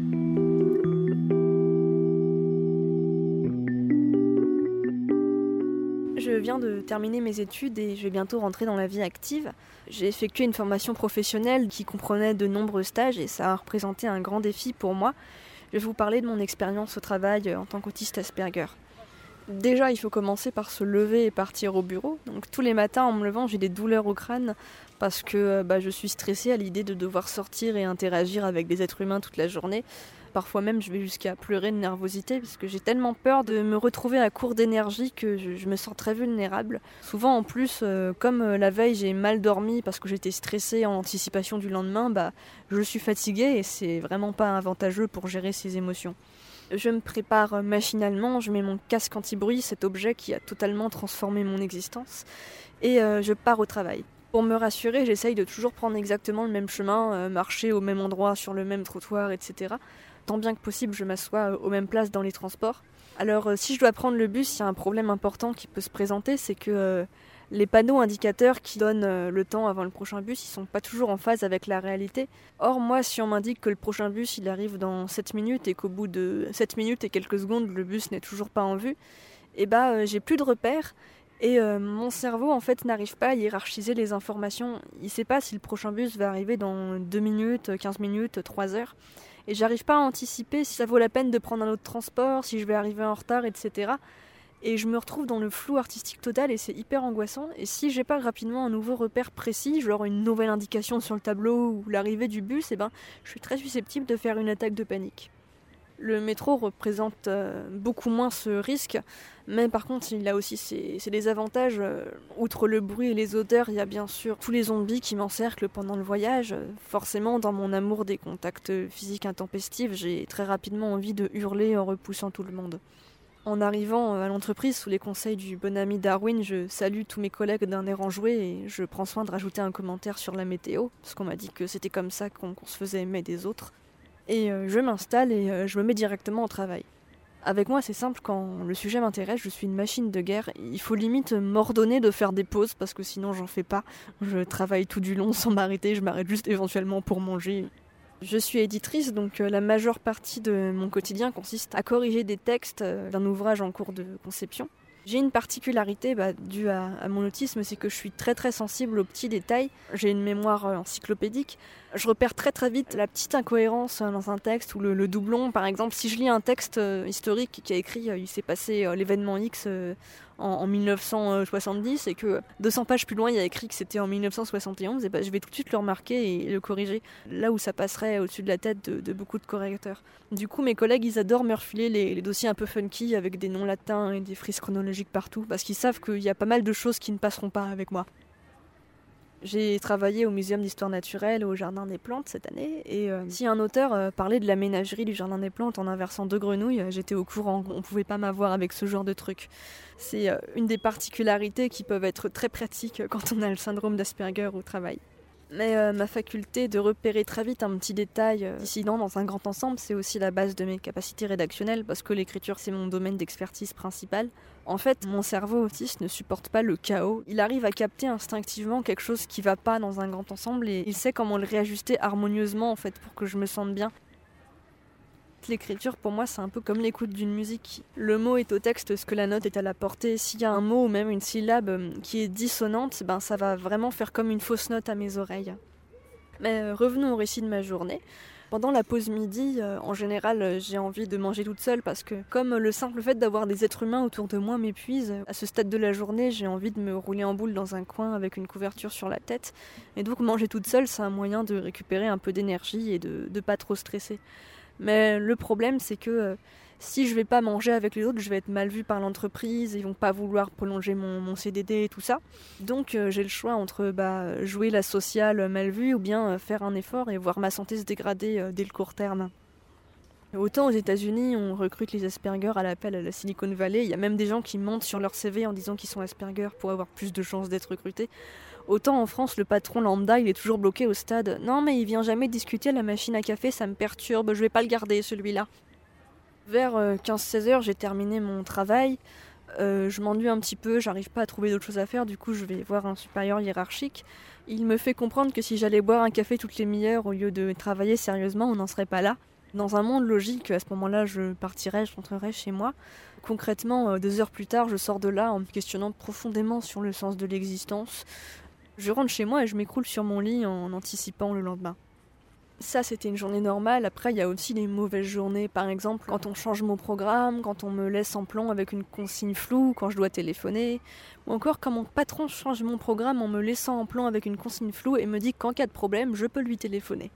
Je viens de terminer mes études et je vais bientôt rentrer dans la vie active. J'ai effectué une formation professionnelle qui comprenait de nombreux stages et ça a représenté un grand défi pour moi. Je vais vous parler de mon expérience au travail en tant qu'autiste Asperger. Déjà, il faut commencer par se lever et partir au bureau. Donc tous les matins, en me levant, j'ai des douleurs au crâne parce que bah, je suis stressée à l'idée de devoir sortir et interagir avec des êtres humains toute la journée. Parfois même, je vais jusqu'à pleurer de nervosité parce que j'ai tellement peur de me retrouver à court d'énergie que je, je me sens très vulnérable. Souvent, en plus, euh, comme euh, la veille, j'ai mal dormi parce que j'étais stressée en anticipation du lendemain, bah, je suis fatiguée et c'est vraiment pas avantageux pour gérer ces émotions. Je me prépare machinalement, je mets mon casque anti-bruit, cet objet qui a totalement transformé mon existence, et euh, je pars au travail. Pour me rassurer, j'essaye de toujours prendre exactement le même chemin, euh, marcher au même endroit, sur le même trottoir, et cetera. Tant bien que possible, je m'assois aux mêmes places dans les transports. Alors, euh, si je dois prendre le bus, il y a un problème important qui peut se présenter, c'est que euh, les panneaux indicateurs qui donnent euh, le temps avant le prochain bus, ils sont pas toujours en phase avec la réalité. Or, moi, si on m'indique que le prochain bus, il arrive dans sept minutes et qu'au bout de sept minutes et quelques secondes, le bus n'est toujours pas en vue, eh ben, euh, j'ai plus de repères. Et euh, mon cerveau, en fait, n'arrive pas à hiérarchiser les informations. Il ne sait pas si le prochain bus va arriver dans deux minutes, quinze minutes, trois heures. Et j'arrive pas à anticiper si ça vaut la peine de prendre un autre transport, si je vais arriver en retard, et cetera. Et je me retrouve dans le flou artistique total et c'est hyper angoissant. Et si j'ai pas rapidement un nouveau repère précis, genre une nouvelle indication sur le tableau ou l'arrivée du bus, eh ben, je suis très susceptible de faire une attaque de panique. Le métro représente euh, beaucoup moins ce risque, mais par contre il a aussi ses, ses désavantages. Outre le bruit et les odeurs, il y a bien sûr tous les zombies qui m'encerclent pendant le voyage. Forcément, dans mon amour des contacts physiques intempestifs, j'ai très rapidement envie de hurler en repoussant tout le monde. En arrivant à l'entreprise, sous les conseils du bon ami Darwin, je salue tous mes collègues d'un air enjoué et je prends soin de rajouter un commentaire sur la météo, parce qu'on m'a dit que c'était comme ça qu'on, qu'on se faisait aimer des autres. Et euh, je m'installe et euh, je me mets directement au travail. Avec moi, c'est simple, quand le sujet m'intéresse, je suis une machine de guerre. Il faut limite m'ordonner de faire des pauses, parce que sinon j'en fais pas. Je travaille tout du long sans m'arrêter, je m'arrête juste éventuellement pour manger. Je suis éditrice, donc euh, la majeure partie de mon quotidien consiste à corriger des textes euh, d'un ouvrage en cours de conception. J'ai une particularité bah, due à, à mon autisme, c'est que je suis très très sensible aux petits détails. J'ai une mémoire euh, encyclopédique. Je repère très très vite la petite incohérence euh, dans un texte ou le, le doublon. Par exemple, si je lis un texte euh, historique qui a écrit euh, il s'est passé euh, l'événement X euh, en, en dix-neuf cent soixante-dix et que deux cents pages plus loin il y a écrit que c'était en dix-neuf cent soixante et onze, et bah, je vais tout de suite le remarquer et le corriger là où ça passerait au-dessus de la tête de, de beaucoup de correcteurs. Du coup, mes collègues, ils adorent me refiler les, les dossiers un peu funky avec des noms latins et des frises chronologiques partout parce qu'ils savent qu'il y a pas mal de choses qui ne passeront pas avec moi. J'ai travaillé au Muséum d'Histoire Naturelle, au Jardin des Plantes cette année, et euh, si un auteur euh, parlait de la ménagerie du Jardin des Plantes en inversant deux grenouilles, euh, j'étais au courant, on pouvait pas m'avoir avec ce genre de truc. C'est euh, une des particularités qui peuvent être très pratiques quand on a le syndrome d'Asperger au travail. Mais euh, ma faculté de repérer très vite un petit détail euh, dissident dans un grand ensemble, c'est aussi la base de mes capacités rédactionnelles, parce que l'écriture c'est mon domaine d'expertise principal. En fait, mon cerveau autiste ne supporte pas le chaos. Il arrive à capter instinctivement quelque chose qui va pas dans un grand ensemble et il sait comment le réajuster harmonieusement en fait pour que je me sente bien. L'écriture, pour moi, c'est un peu comme l'écoute d'une musique. Le mot est au texte ce que la note est à la portée. S'il y a un mot ou même une syllabe qui est dissonante, ben ça va vraiment faire comme une fausse note à mes oreilles. Mais euh, revenons au récit de ma journée. Pendant la pause midi, euh, en général, euh, j'ai envie de manger toute seule parce que comme le simple fait d'avoir des êtres humains autour de moi m'épuise, à ce stade de la journée, j'ai envie de me rouler en boule dans un coin avec une couverture sur la tête. Et donc manger toute seule, c'est un moyen de récupérer un peu d'énergie et de ne pas trop stresser. Mais le problème, c'est que euh, si je vais pas manger avec les autres, je vais être mal vue par l'entreprise, ils vont pas vouloir prolonger mon, mon C D D et tout ça. Donc euh, j'ai le choix entre bah, jouer la sociale mal vue ou bien euh, faire un effort et voir ma santé se dégrader euh, dès le court terme. Autant aux États-Unis, on recrute les Asperger à l'appel à la Silicon Valley, il y a même des gens qui mentent sur leur C V en disant qu'ils sont Asperger pour avoir plus de chances d'être recrutés. Autant en France, le patron lambda, il est toujours bloqué au stade « Non mais il vient jamais discuter à la machine à café, ça me perturbe, je vais pas le garder celui-là ». Vers quinze seize heures, j'ai terminé mon travail, euh, je m'ennuie un petit peu, j'arrive pas à trouver d'autres choses à faire, du coup je vais voir un supérieur hiérarchique. Il me fait comprendre que si j'allais boire un café toutes les demi-heures au lieu de travailler sérieusement, on n'en serait pas là. Dans un monde logique, à ce moment-là, je partirais, je rentrerais chez moi. Concrètement, deux heures plus tard, je sors de là en me questionnant profondément sur le sens de l'existence. Je rentre chez moi et je m'écroule sur mon lit en anticipant le lendemain. Ça, c'était une journée normale. Après, il y a aussi les mauvaises journées. Par exemple, quand on change mon programme, quand on me laisse en plan avec une consigne floue, quand je dois téléphoner. Ou encore quand mon patron change mon programme en me laissant en plan avec une consigne floue et me dit qu'en cas de problème, je peux lui téléphoner.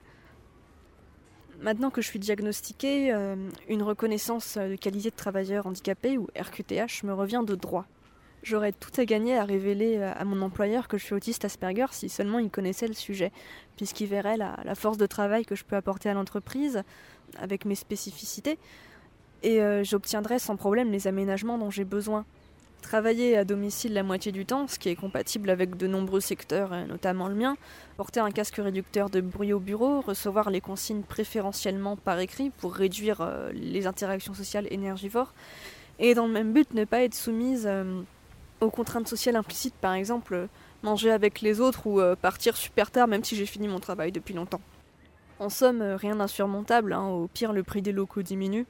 Maintenant que je suis diagnostiquée, euh, une reconnaissance de qualité de travailleur handicapé, ou R Q T H, me revient de droit. J'aurais tout à gagner à révéler à mon employeur que je suis autiste Asperger si seulement il connaissait le sujet, puisqu'il verrait la, la force de travail que je peux apporter à l'entreprise, avec mes spécificités, et euh, j'obtiendrais sans problème les aménagements dont j'ai besoin. Travailler à domicile la moitié du temps, ce qui est compatible avec de nombreux secteurs, notamment le mien, porter un casque réducteur de bruit au bureau, recevoir les consignes préférentiellement par écrit pour réduire euh, les interactions sociales énergivores, et dans le même but ne pas être soumise euh, aux contraintes sociales implicites, par exemple manger avec les autres ou euh, partir super tard même si j'ai fini mon travail depuis longtemps. En somme, euh, rien d'insurmontable, hein, au pire le prix des locaux diminue.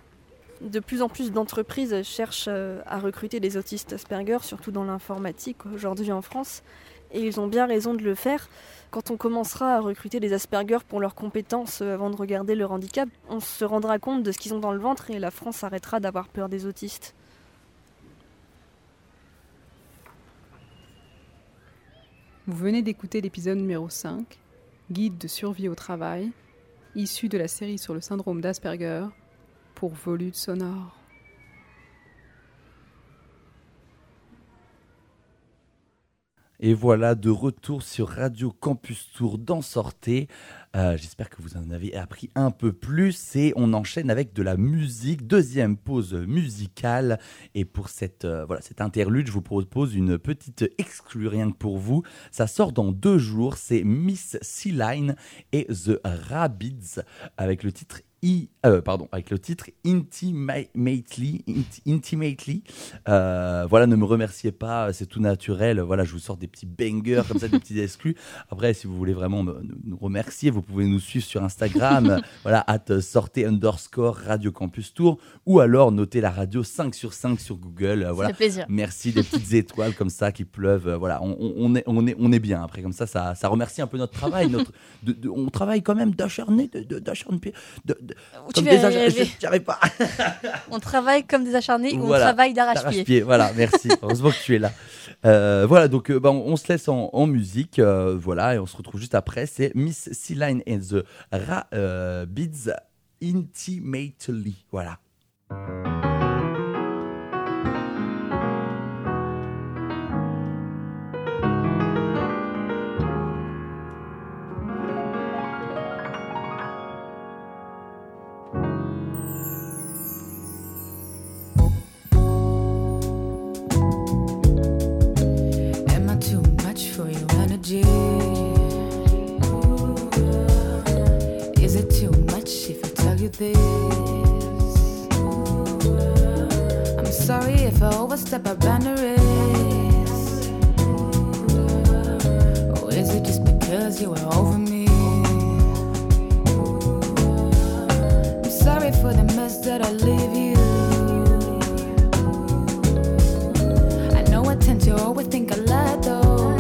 De plus en plus d'entreprises cherchent euh, à recruter des autistes Asperger, surtout dans l'informatique aujourd'hui en France, et ils ont bien raison de le faire. Quand on commencera à recruter des Asperger pour leurs compétences euh, avant de regarder leur handicap, on se rendra compte de ce qu'ils ont dans le ventre et la France arrêtera d'avoir peur des autistes. Vous venez d'écouter l'épisode numéro cinq, Guide de survie au travail, issu de la série sur le syndrome d'Asperger, pour Volute Sonore. Et voilà, de retour sur Radio Campus Tour d'en sortez. Euh, j'espère que vous en avez appris un peu plus et on enchaîne avec de la musique, deuxième pause musicale. Et pour cette, euh, voilà, cette interlude, je vous propose une petite exclue rien que pour vous. Ça sort dans deux jours, c'est Miss C-Line et The Rabbids avec le titre I, euh, pardon, avec le titre Intimately. Inti- Intimately. Euh, voilà, ne me remerciez pas, c'est tout naturel. Voilà, je vous sors des petits bangers comme ça, des petits exclus. Après, si vous voulez vraiment me, nous remercier, vous pouvez nous suivre sur Instagram, voilà, at sortez underscore Radio Campus Tour, ou alors noter la radio cinq sur cinq sur Google. Ça voilà. fait plaisir. Merci, des petites étoiles comme ça qui pleuvent. Voilà, on, on, on, est, on, est, on est bien. Après, comme ça, ça, ça remercie un peu notre travail. Notre, de, de, on travaille quand même d'acharné, de, de, d'acharné, de, de, Tu comme vas des y acharnés. arriver. J'y arrive pas. On travaille comme des acharnés ou Voilà, on travaille d'arrache-pied. d'arrache-pied, voilà, merci. Heureusement que tu es là. Euh, voilà, donc euh, bah, on, on se laisse en, en musique, euh, voilà, et on se retrouve juste après. C'est Miss C-Line and the Rabbids Intimately, voilà. Is it too much if I tell you this? I'm sorry if I overstep our boundaries. Or is it just because you were over me? I'm sorry sorry for the mess that I leave you. I know I tend to always think I lie though.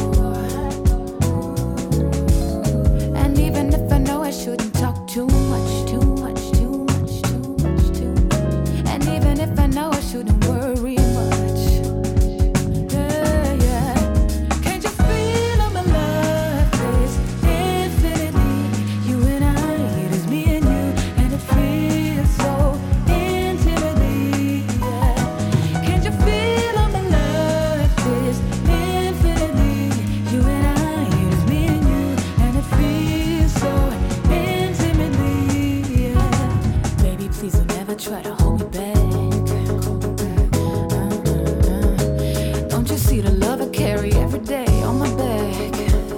And even if I know I shouldn't talk too much, too much, too much, too much, too much. And even if I know I shouldn't worry much. Yeah, yeah. Can't you feel I'm alive? This infinity, you and I, it is me and you, and it feels so intimately. Yeah. Can't you feel I'm alive? This infinity, you and I, it is me and you, and it feels so intimately. Yeah. Baby, please don't ever try to hold me back. Don't you see the love I carry every day on my back?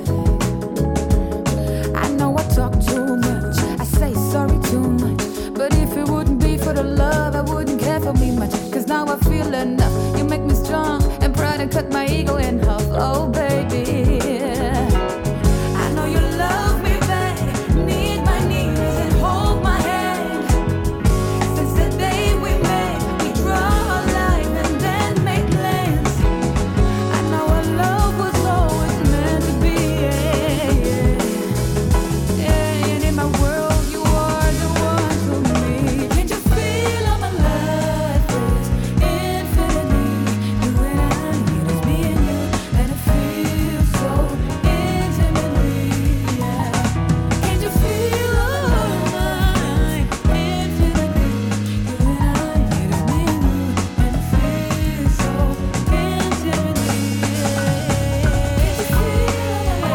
I know I talk too much, I say sorry too much. But if it wouldn't be for the love, I wouldn't care for me much. Cause now I feel enough, you make me strong and proud and cut my ego in half. Oh baby, I know you love me back, need my knees and hold my hand. Since the day we met, we draw a line and then make plans. I know our love was always meant to be. Yeah, yeah. Yeah, and in my world, you are the one for me. Can't you feel I'm alive? This infinity, you and I, it is me and you, and it feels so intimately. Yeah. Can't you feel I'm alive? Infinity, you and I, it is me and you, and it feels so intimately. Can't you feel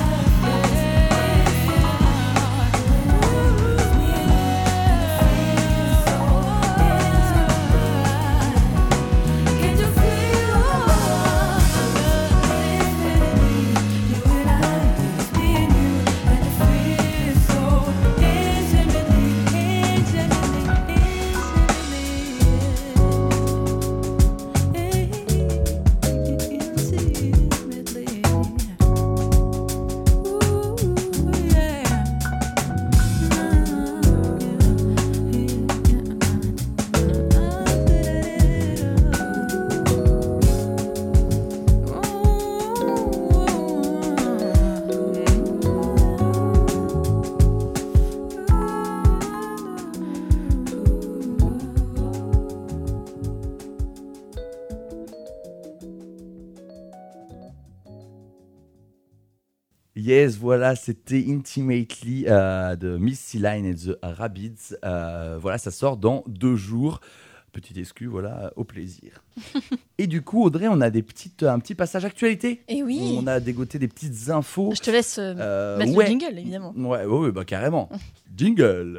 Can't you feel you and I, it's me and you, and it feels so intimately, intimately, Ooh, yeah. Yes, voilà, c'était Intimately euh, de Missy Line et The Rabbids. Euh, voilà, ça sort dans deux jours. Petite excuse, voilà, au plaisir. Et du coup, Audrey, on a des petites, un petit passage actualité. Et oui. On a dégoté des petites infos. Je te laisse euh, Euh, mettre ouais. le jingle, évidemment. Ouais, ouais, ouais, bah carrément. Jingle.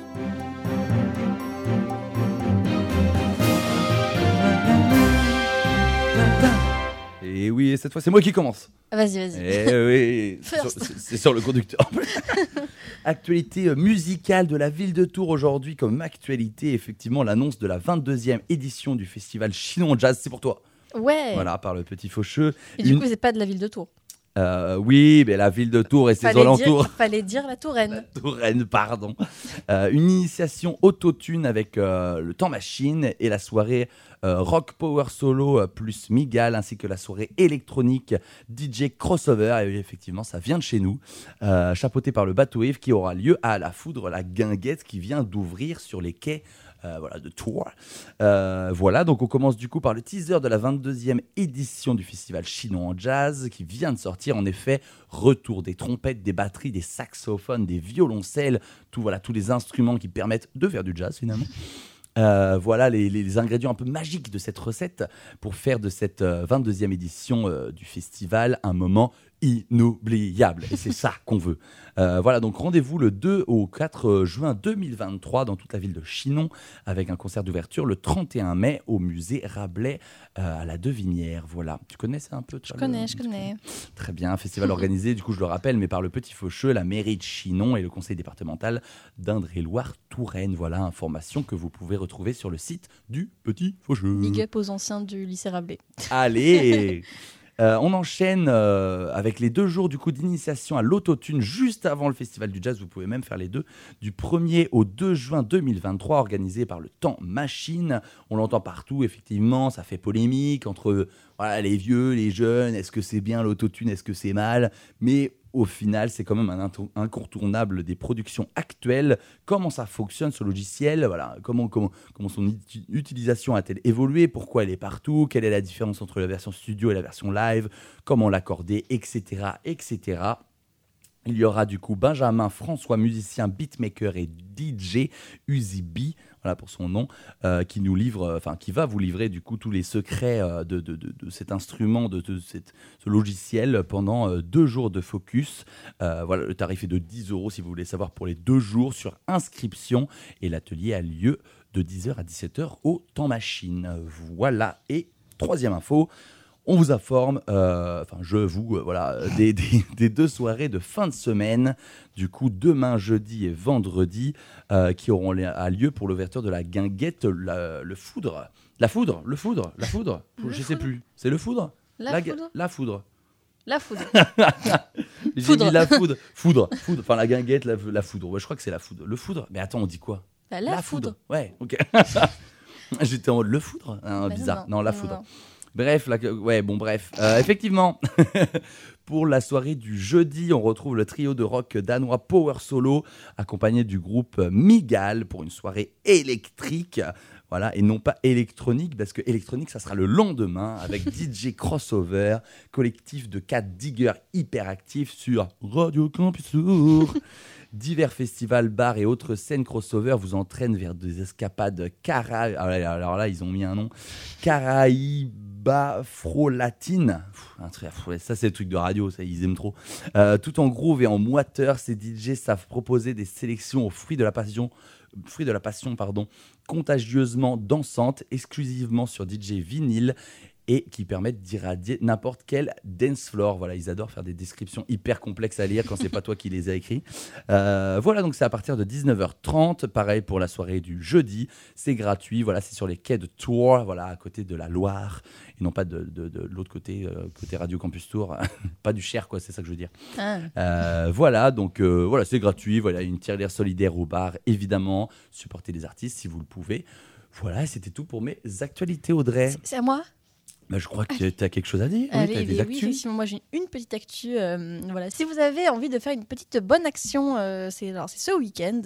Et oui, et cette fois, c'est moi qui commence. Ah, Vas-y, vas-y. Eh oui, c'est sur, First. c'est- c'est sur le conducteur. Actualité euh, musicale de la ville de Tours aujourd'hui, comme actualité, effectivement, l'annonce de la vingt-deuxième édition du festival Chinon Jazz. C'est pour toi. Ouais. Voilà, par le petit Faucheux. Et du Une- coup, c'est pas de la ville de Tours. Euh, oui, mais la ville de Tours et ses Fallait alentours. dire, fallait dire la Touraine. Touraine, pardon. Euh, une initiation autotune avec euh, le temps machine et la soirée euh, rock power solo euh, plus Migal, ainsi que la soirée électronique D J crossover. Et effectivement, ça vient de chez nous, euh, chapeauté par le bateau Yves qui aura lieu à la Foudre, la Guinguette, qui vient d'ouvrir sur les quais. Euh, voilà, de Tours. Euh, voilà, donc on commence du coup par le teaser de la vingt-deuxième édition du festival Chinon en Jazz qui vient de sortir. En effet, retour des trompettes, des batteries, des saxophones, des violoncelles, tout, voilà, tous les instruments qui permettent de faire du jazz finalement. Euh, voilà les, les- les ingrédients un peu magiques de cette recette pour faire de cette euh, vingt-deuxième édition euh, du festival un moment inoubliable. Et c'est ça qu'on veut. Euh, voilà, donc rendez-vous le deux au quatre juin deux mille vingt-trois dans toute la ville de Chinon avec un concert d'ouverture le trente et un mai au musée Rabelais euh, à la Devinière. Voilà. Tu connais ça un peu Je toi, connais, le- je connais. Très bien, un festival organisé, du coup je le rappelle, mais par le Petit Faucheux, la mairie de Chinon et le conseil départemental d'Indre-et-Loire-Touraine. Voilà, information que vous pouvez retrouver sur le site du Petit Faucheux. Big up aux anciens du lycée Rabelais. Allez. Euh, on enchaîne euh, avec les deux jours du coup d'initiation à l'autotune juste avant le Festival du Jazz. Vous pouvez même faire les deux. Du premier au deux juin deux mille vingt-trois, organisé par le Temps Machine. On l'entend partout, effectivement. Ça fait polémique entre voilà, les vieux, les jeunes. Est-ce que c'est bien l'autotune? Est-ce que c'est mal? Mais au final, c'est quand même un incontournable des productions actuelles. Comment ça fonctionne ce logiciel? Voilà, comment, comment, comment son uti- utilisation a-t-elle évolué? Pourquoi elle est partout? Quelle est la différence entre la version studio et la version live? Comment l'accorder? Etc. etc. Il y aura du coup Benjamin François, musicien, beatmaker et D J, Uzi B, voilà pour son nom, euh, qui nous livre, enfin qui va vous livrer du coup tous les secrets euh, de, de, de, de cet instrument, de, de cette, ce logiciel pendant euh, deux jours de focus. Euh, voilà, le tarif est de dix euros si vous voulez savoir pour les deux jours sur inscription et l'atelier a lieu de dix heures à dix-sept heures au Temps Machine. Voilà, et troisième info. On vous informe, euh, enfin je vous, euh, voilà, des, des, des deux soirées de fin de semaine, du coup demain, jeudi et vendredi, euh, qui auront lieu pour l'ouverture de la guinguette, la, le foudre, la foudre, le foudre, la foudre, Le je foudre. sais plus, c'est le foudre, La gu- foudre la foudre. La foudre. J'ai Foudre. dit la foudre, foudre, foudre, enfin la guinguette, la, la foudre, ouais, je crois que c'est la foudre, le foudre, mais attends, on dit quoi? Bah, la foudre. Ouais, ok. J'étais en mode le foudre, hein, Bah, bizarre, non, non, la non, foudre. non. Bref, la... ouais, bon, bref. Euh, effectivement, pour la soirée du jeudi, on retrouve le trio de rock danois Power Solo, accompagné du groupe Migal pour une soirée électrique. Voilà, et non pas électronique, parce que électronique, ça sera le lendemain avec D J Crossover, collectif de quatre diggers hyper actifs sur Radio Campus Tour. Divers festivals, bars et autres scènes crossover vous entraînent vers des escapades cara... Alors là, ils ont mis un nom. Caraïbafro-latine. Ça, c'est le truc de radio, ça, ils aiment trop. Euh, tout en groove et en moiteur, ces D Js savent proposer des sélections aux fruits de la passion, fruits de la passion pardon, contagieusement dansantes, exclusivement sur D J vinyle, et qui permettent d'irradier n'importe quel dance floor. Voilà, ils adorent faire des descriptions hyper complexes à lire quand c'est pas toi qui les as écrits. Euh, voilà, donc c'est à partir de dix-neuf heures trente. Pareil pour la soirée du jeudi, c'est gratuit. Voilà, c'est sur les quais de Tours, voilà, à côté de la Loire, et non pas de, de, de l'autre côté, euh, côté Radio Campus Tour, pas du Cher, quoi, c'est ça que je veux dire. Ah. Euh, voilà, donc euh, voilà, c'est gratuit. Voilà, une tirelire solidaire au bar, évidemment. Supportez les artistes si vous le pouvez. Voilà, c'était tout pour mes actualités, Audrey. C'est, c'est à moi. Bah, je crois que tu as quelque chose à dire. Allez, oui, oui, oui, effectivement, moi j'ai une petite actu. Euh, voilà. Si vous avez envie de faire une petite bonne action, euh, c'est, alors, c'est ce week-end.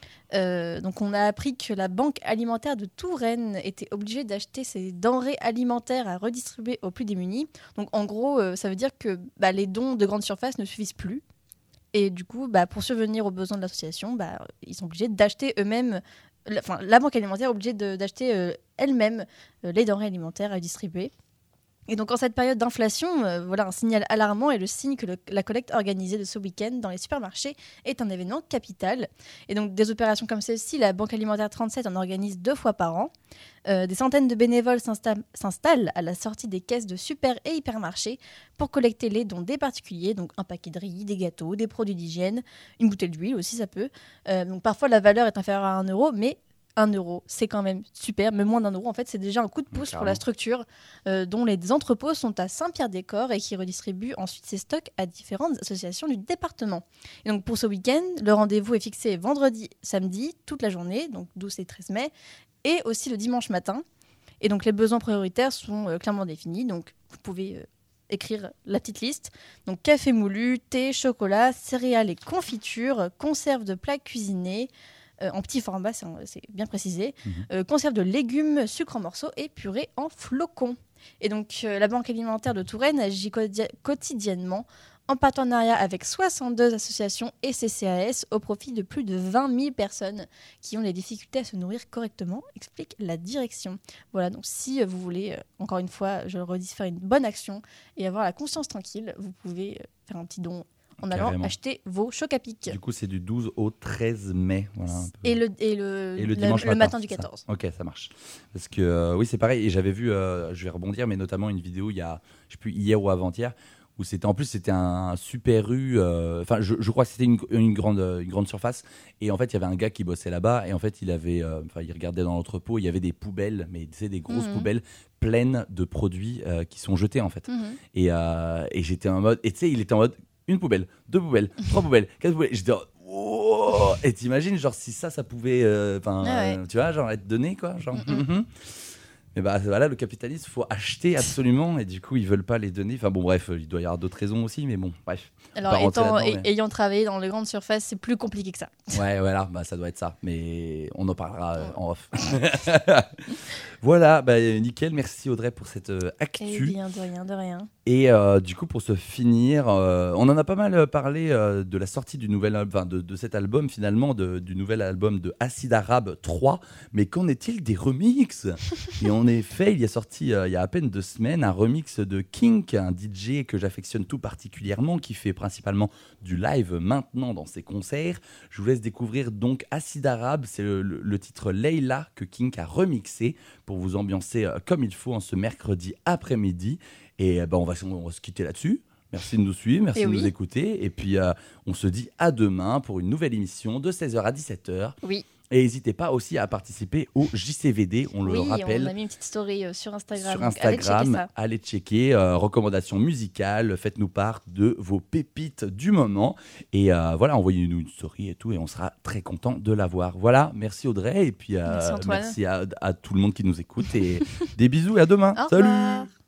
Euh, donc on a appris que la Banque alimentaire de Touraine était obligée d'acheter ses denrées alimentaires à redistribuer aux plus démunis. Donc en gros, euh, ça veut dire que bah, les dons de grande surface ne suffisent plus. Et du coup, bah, pour subvenir aux besoins de l'association, bah, ils sont obligés d'acheter eux-mêmes. La, enfin, la Banque alimentaire est obligée de, d'acheter euh, elle-même euh, les denrées alimentaires à distribuer. Et donc en cette période d'inflation, euh, voilà un signal alarmant est le signe que le, la collecte organisée de ce week-end dans les supermarchés est un événement capital. Et donc des opérations comme celle-ci, la Banque alimentaire trente-sept en organise deux fois par an. Euh, des centaines de bénévoles s'insta- s'installent à la sortie des caisses de super et hypermarchés pour collecter les dons des particuliers, donc un paquet de riz, des gâteaux, des produits d'hygiène, une bouteille d'huile aussi ça peut. Euh, donc parfois la valeur est inférieure à un euro, mais un euro, c'est quand même super, mais moins d'un euro, en fait, c'est déjà un coup de pouce pour la structure euh, dont les entrepôts sont à Saint-Pierre-des-Corps et qui redistribue ensuite ses stocks à différentes associations du département. Et donc pour ce week-end, le rendez-vous est fixé vendredi, samedi, toute la journée, donc douze et treize mai, et aussi le dimanche matin. Et donc les besoins prioritaires sont euh, clairement définis, donc vous pouvez euh, écrire la petite liste. Donc café moulu, thé, chocolat, céréales et confitures, conserve de plats cuisinés, Euh, en petit format, c'est, c'est bien précisé, mmh. euh, conserve de légumes, sucre en morceaux et purée en flocons. Et donc, euh, la Banque alimentaire de Touraine agit quotidi- quotidiennement en partenariat avec soixante-deux associations et C C A S au profit de plus de vingt mille personnes qui ont des difficultés à se nourrir correctement, explique la direction. Voilà, donc si vous voulez, euh, encore une fois, je le redis, faire une bonne action et avoir la conscience tranquille, vous pouvez euh, faire un petit don en allant Carrément. acheter vos chocs à pic. Du coup, c'est du douze au treize mai. Voilà, un peu. Et, le, et, le, et le dimanche le, matin, le matin du quatorze. Ça. Ok, ça marche. Parce que euh, oui, c'est pareil. Et j'avais vu, euh, je vais rebondir, mais notamment une vidéo, il y a, je sais plus, hier ou avant-hier, où c'était en plus c'était un, un super U. Enfin, euh, je, je crois que c'était une, une grande une grande surface. Et en fait, il y avait un gars qui bossait là-bas. Et en fait, il avait, enfin, euh, il regardait dans l'entrepôt. Il y avait des poubelles, mais tu sais, des grosses mmh. poubelles pleines de produits euh, qui sont jetés en fait. Mmh. Et, euh, et j'étais en mode. Et tu sais, il était en mode une poubelle, deux poubelles, trois poubelles, quatre poubelles. Et j'étais en mode, oh. Et t'imagines, genre si ça, ça pouvait, enfin, euh, ah ouais. euh, tu vois, genre être donné quoi, genre. Mmh. Mmh. Mais bah voilà, le capitalisme, il faut acheter absolument et du coup ils veulent pas les donner. Enfin bon bref, il doit y avoir d'autres raisons aussi, mais bon bref. Alors étant, mais... ayant travaillé dans les grandes surfaces, c'est plus compliqué que ça. Ouais voilà, bah ça doit être ça, mais on en parlera euh, en off. Voilà, bah nickel, merci Audrey pour cette euh, actu. Et bien de rien, de rien. Et euh, du coup pour se finir, euh, on en a pas mal parlé euh, de la sortie du nouvel, enfin de, de cet album finalement, de, du nouvel album de Acide Arabe trois. Mais qu'en est-il des remixes? Et en effet, il y a sorti euh, il y a à peine deux semaines un remix de Kink, un D J que j'affectionne tout particulièrement, qui fait principalement du live maintenant dans ses concerts. Je vous laisse découvrir donc Acide Arabe, c'est le, le, le titre Leila que Kink a remixé pour vous ambiancer euh, comme il faut en ce mercredi après-midi. Et euh, bah, on, va, on va se quitter là-dessus. Merci de nous suivre, merci et de oui. nous écouter. Et puis, euh, on se dit à demain pour une nouvelle émission de seize heures à dix-sept heures. Oui. Et n'hésitez pas aussi à participer au J C V D, on oui, le rappelle. On a mis une petite story euh, sur Instagram. Sur Instagram, allez checker, allez checker euh, recommandations musicales, faites-nous part de vos pépites du moment. Et euh, voilà, envoyez-nous une story et tout, et on sera très content de la voir. Voilà, merci Audrey, et puis euh, merci, merci à, à tout le monde qui nous écoute. Et des bisous et à demain. Au Salut revoir.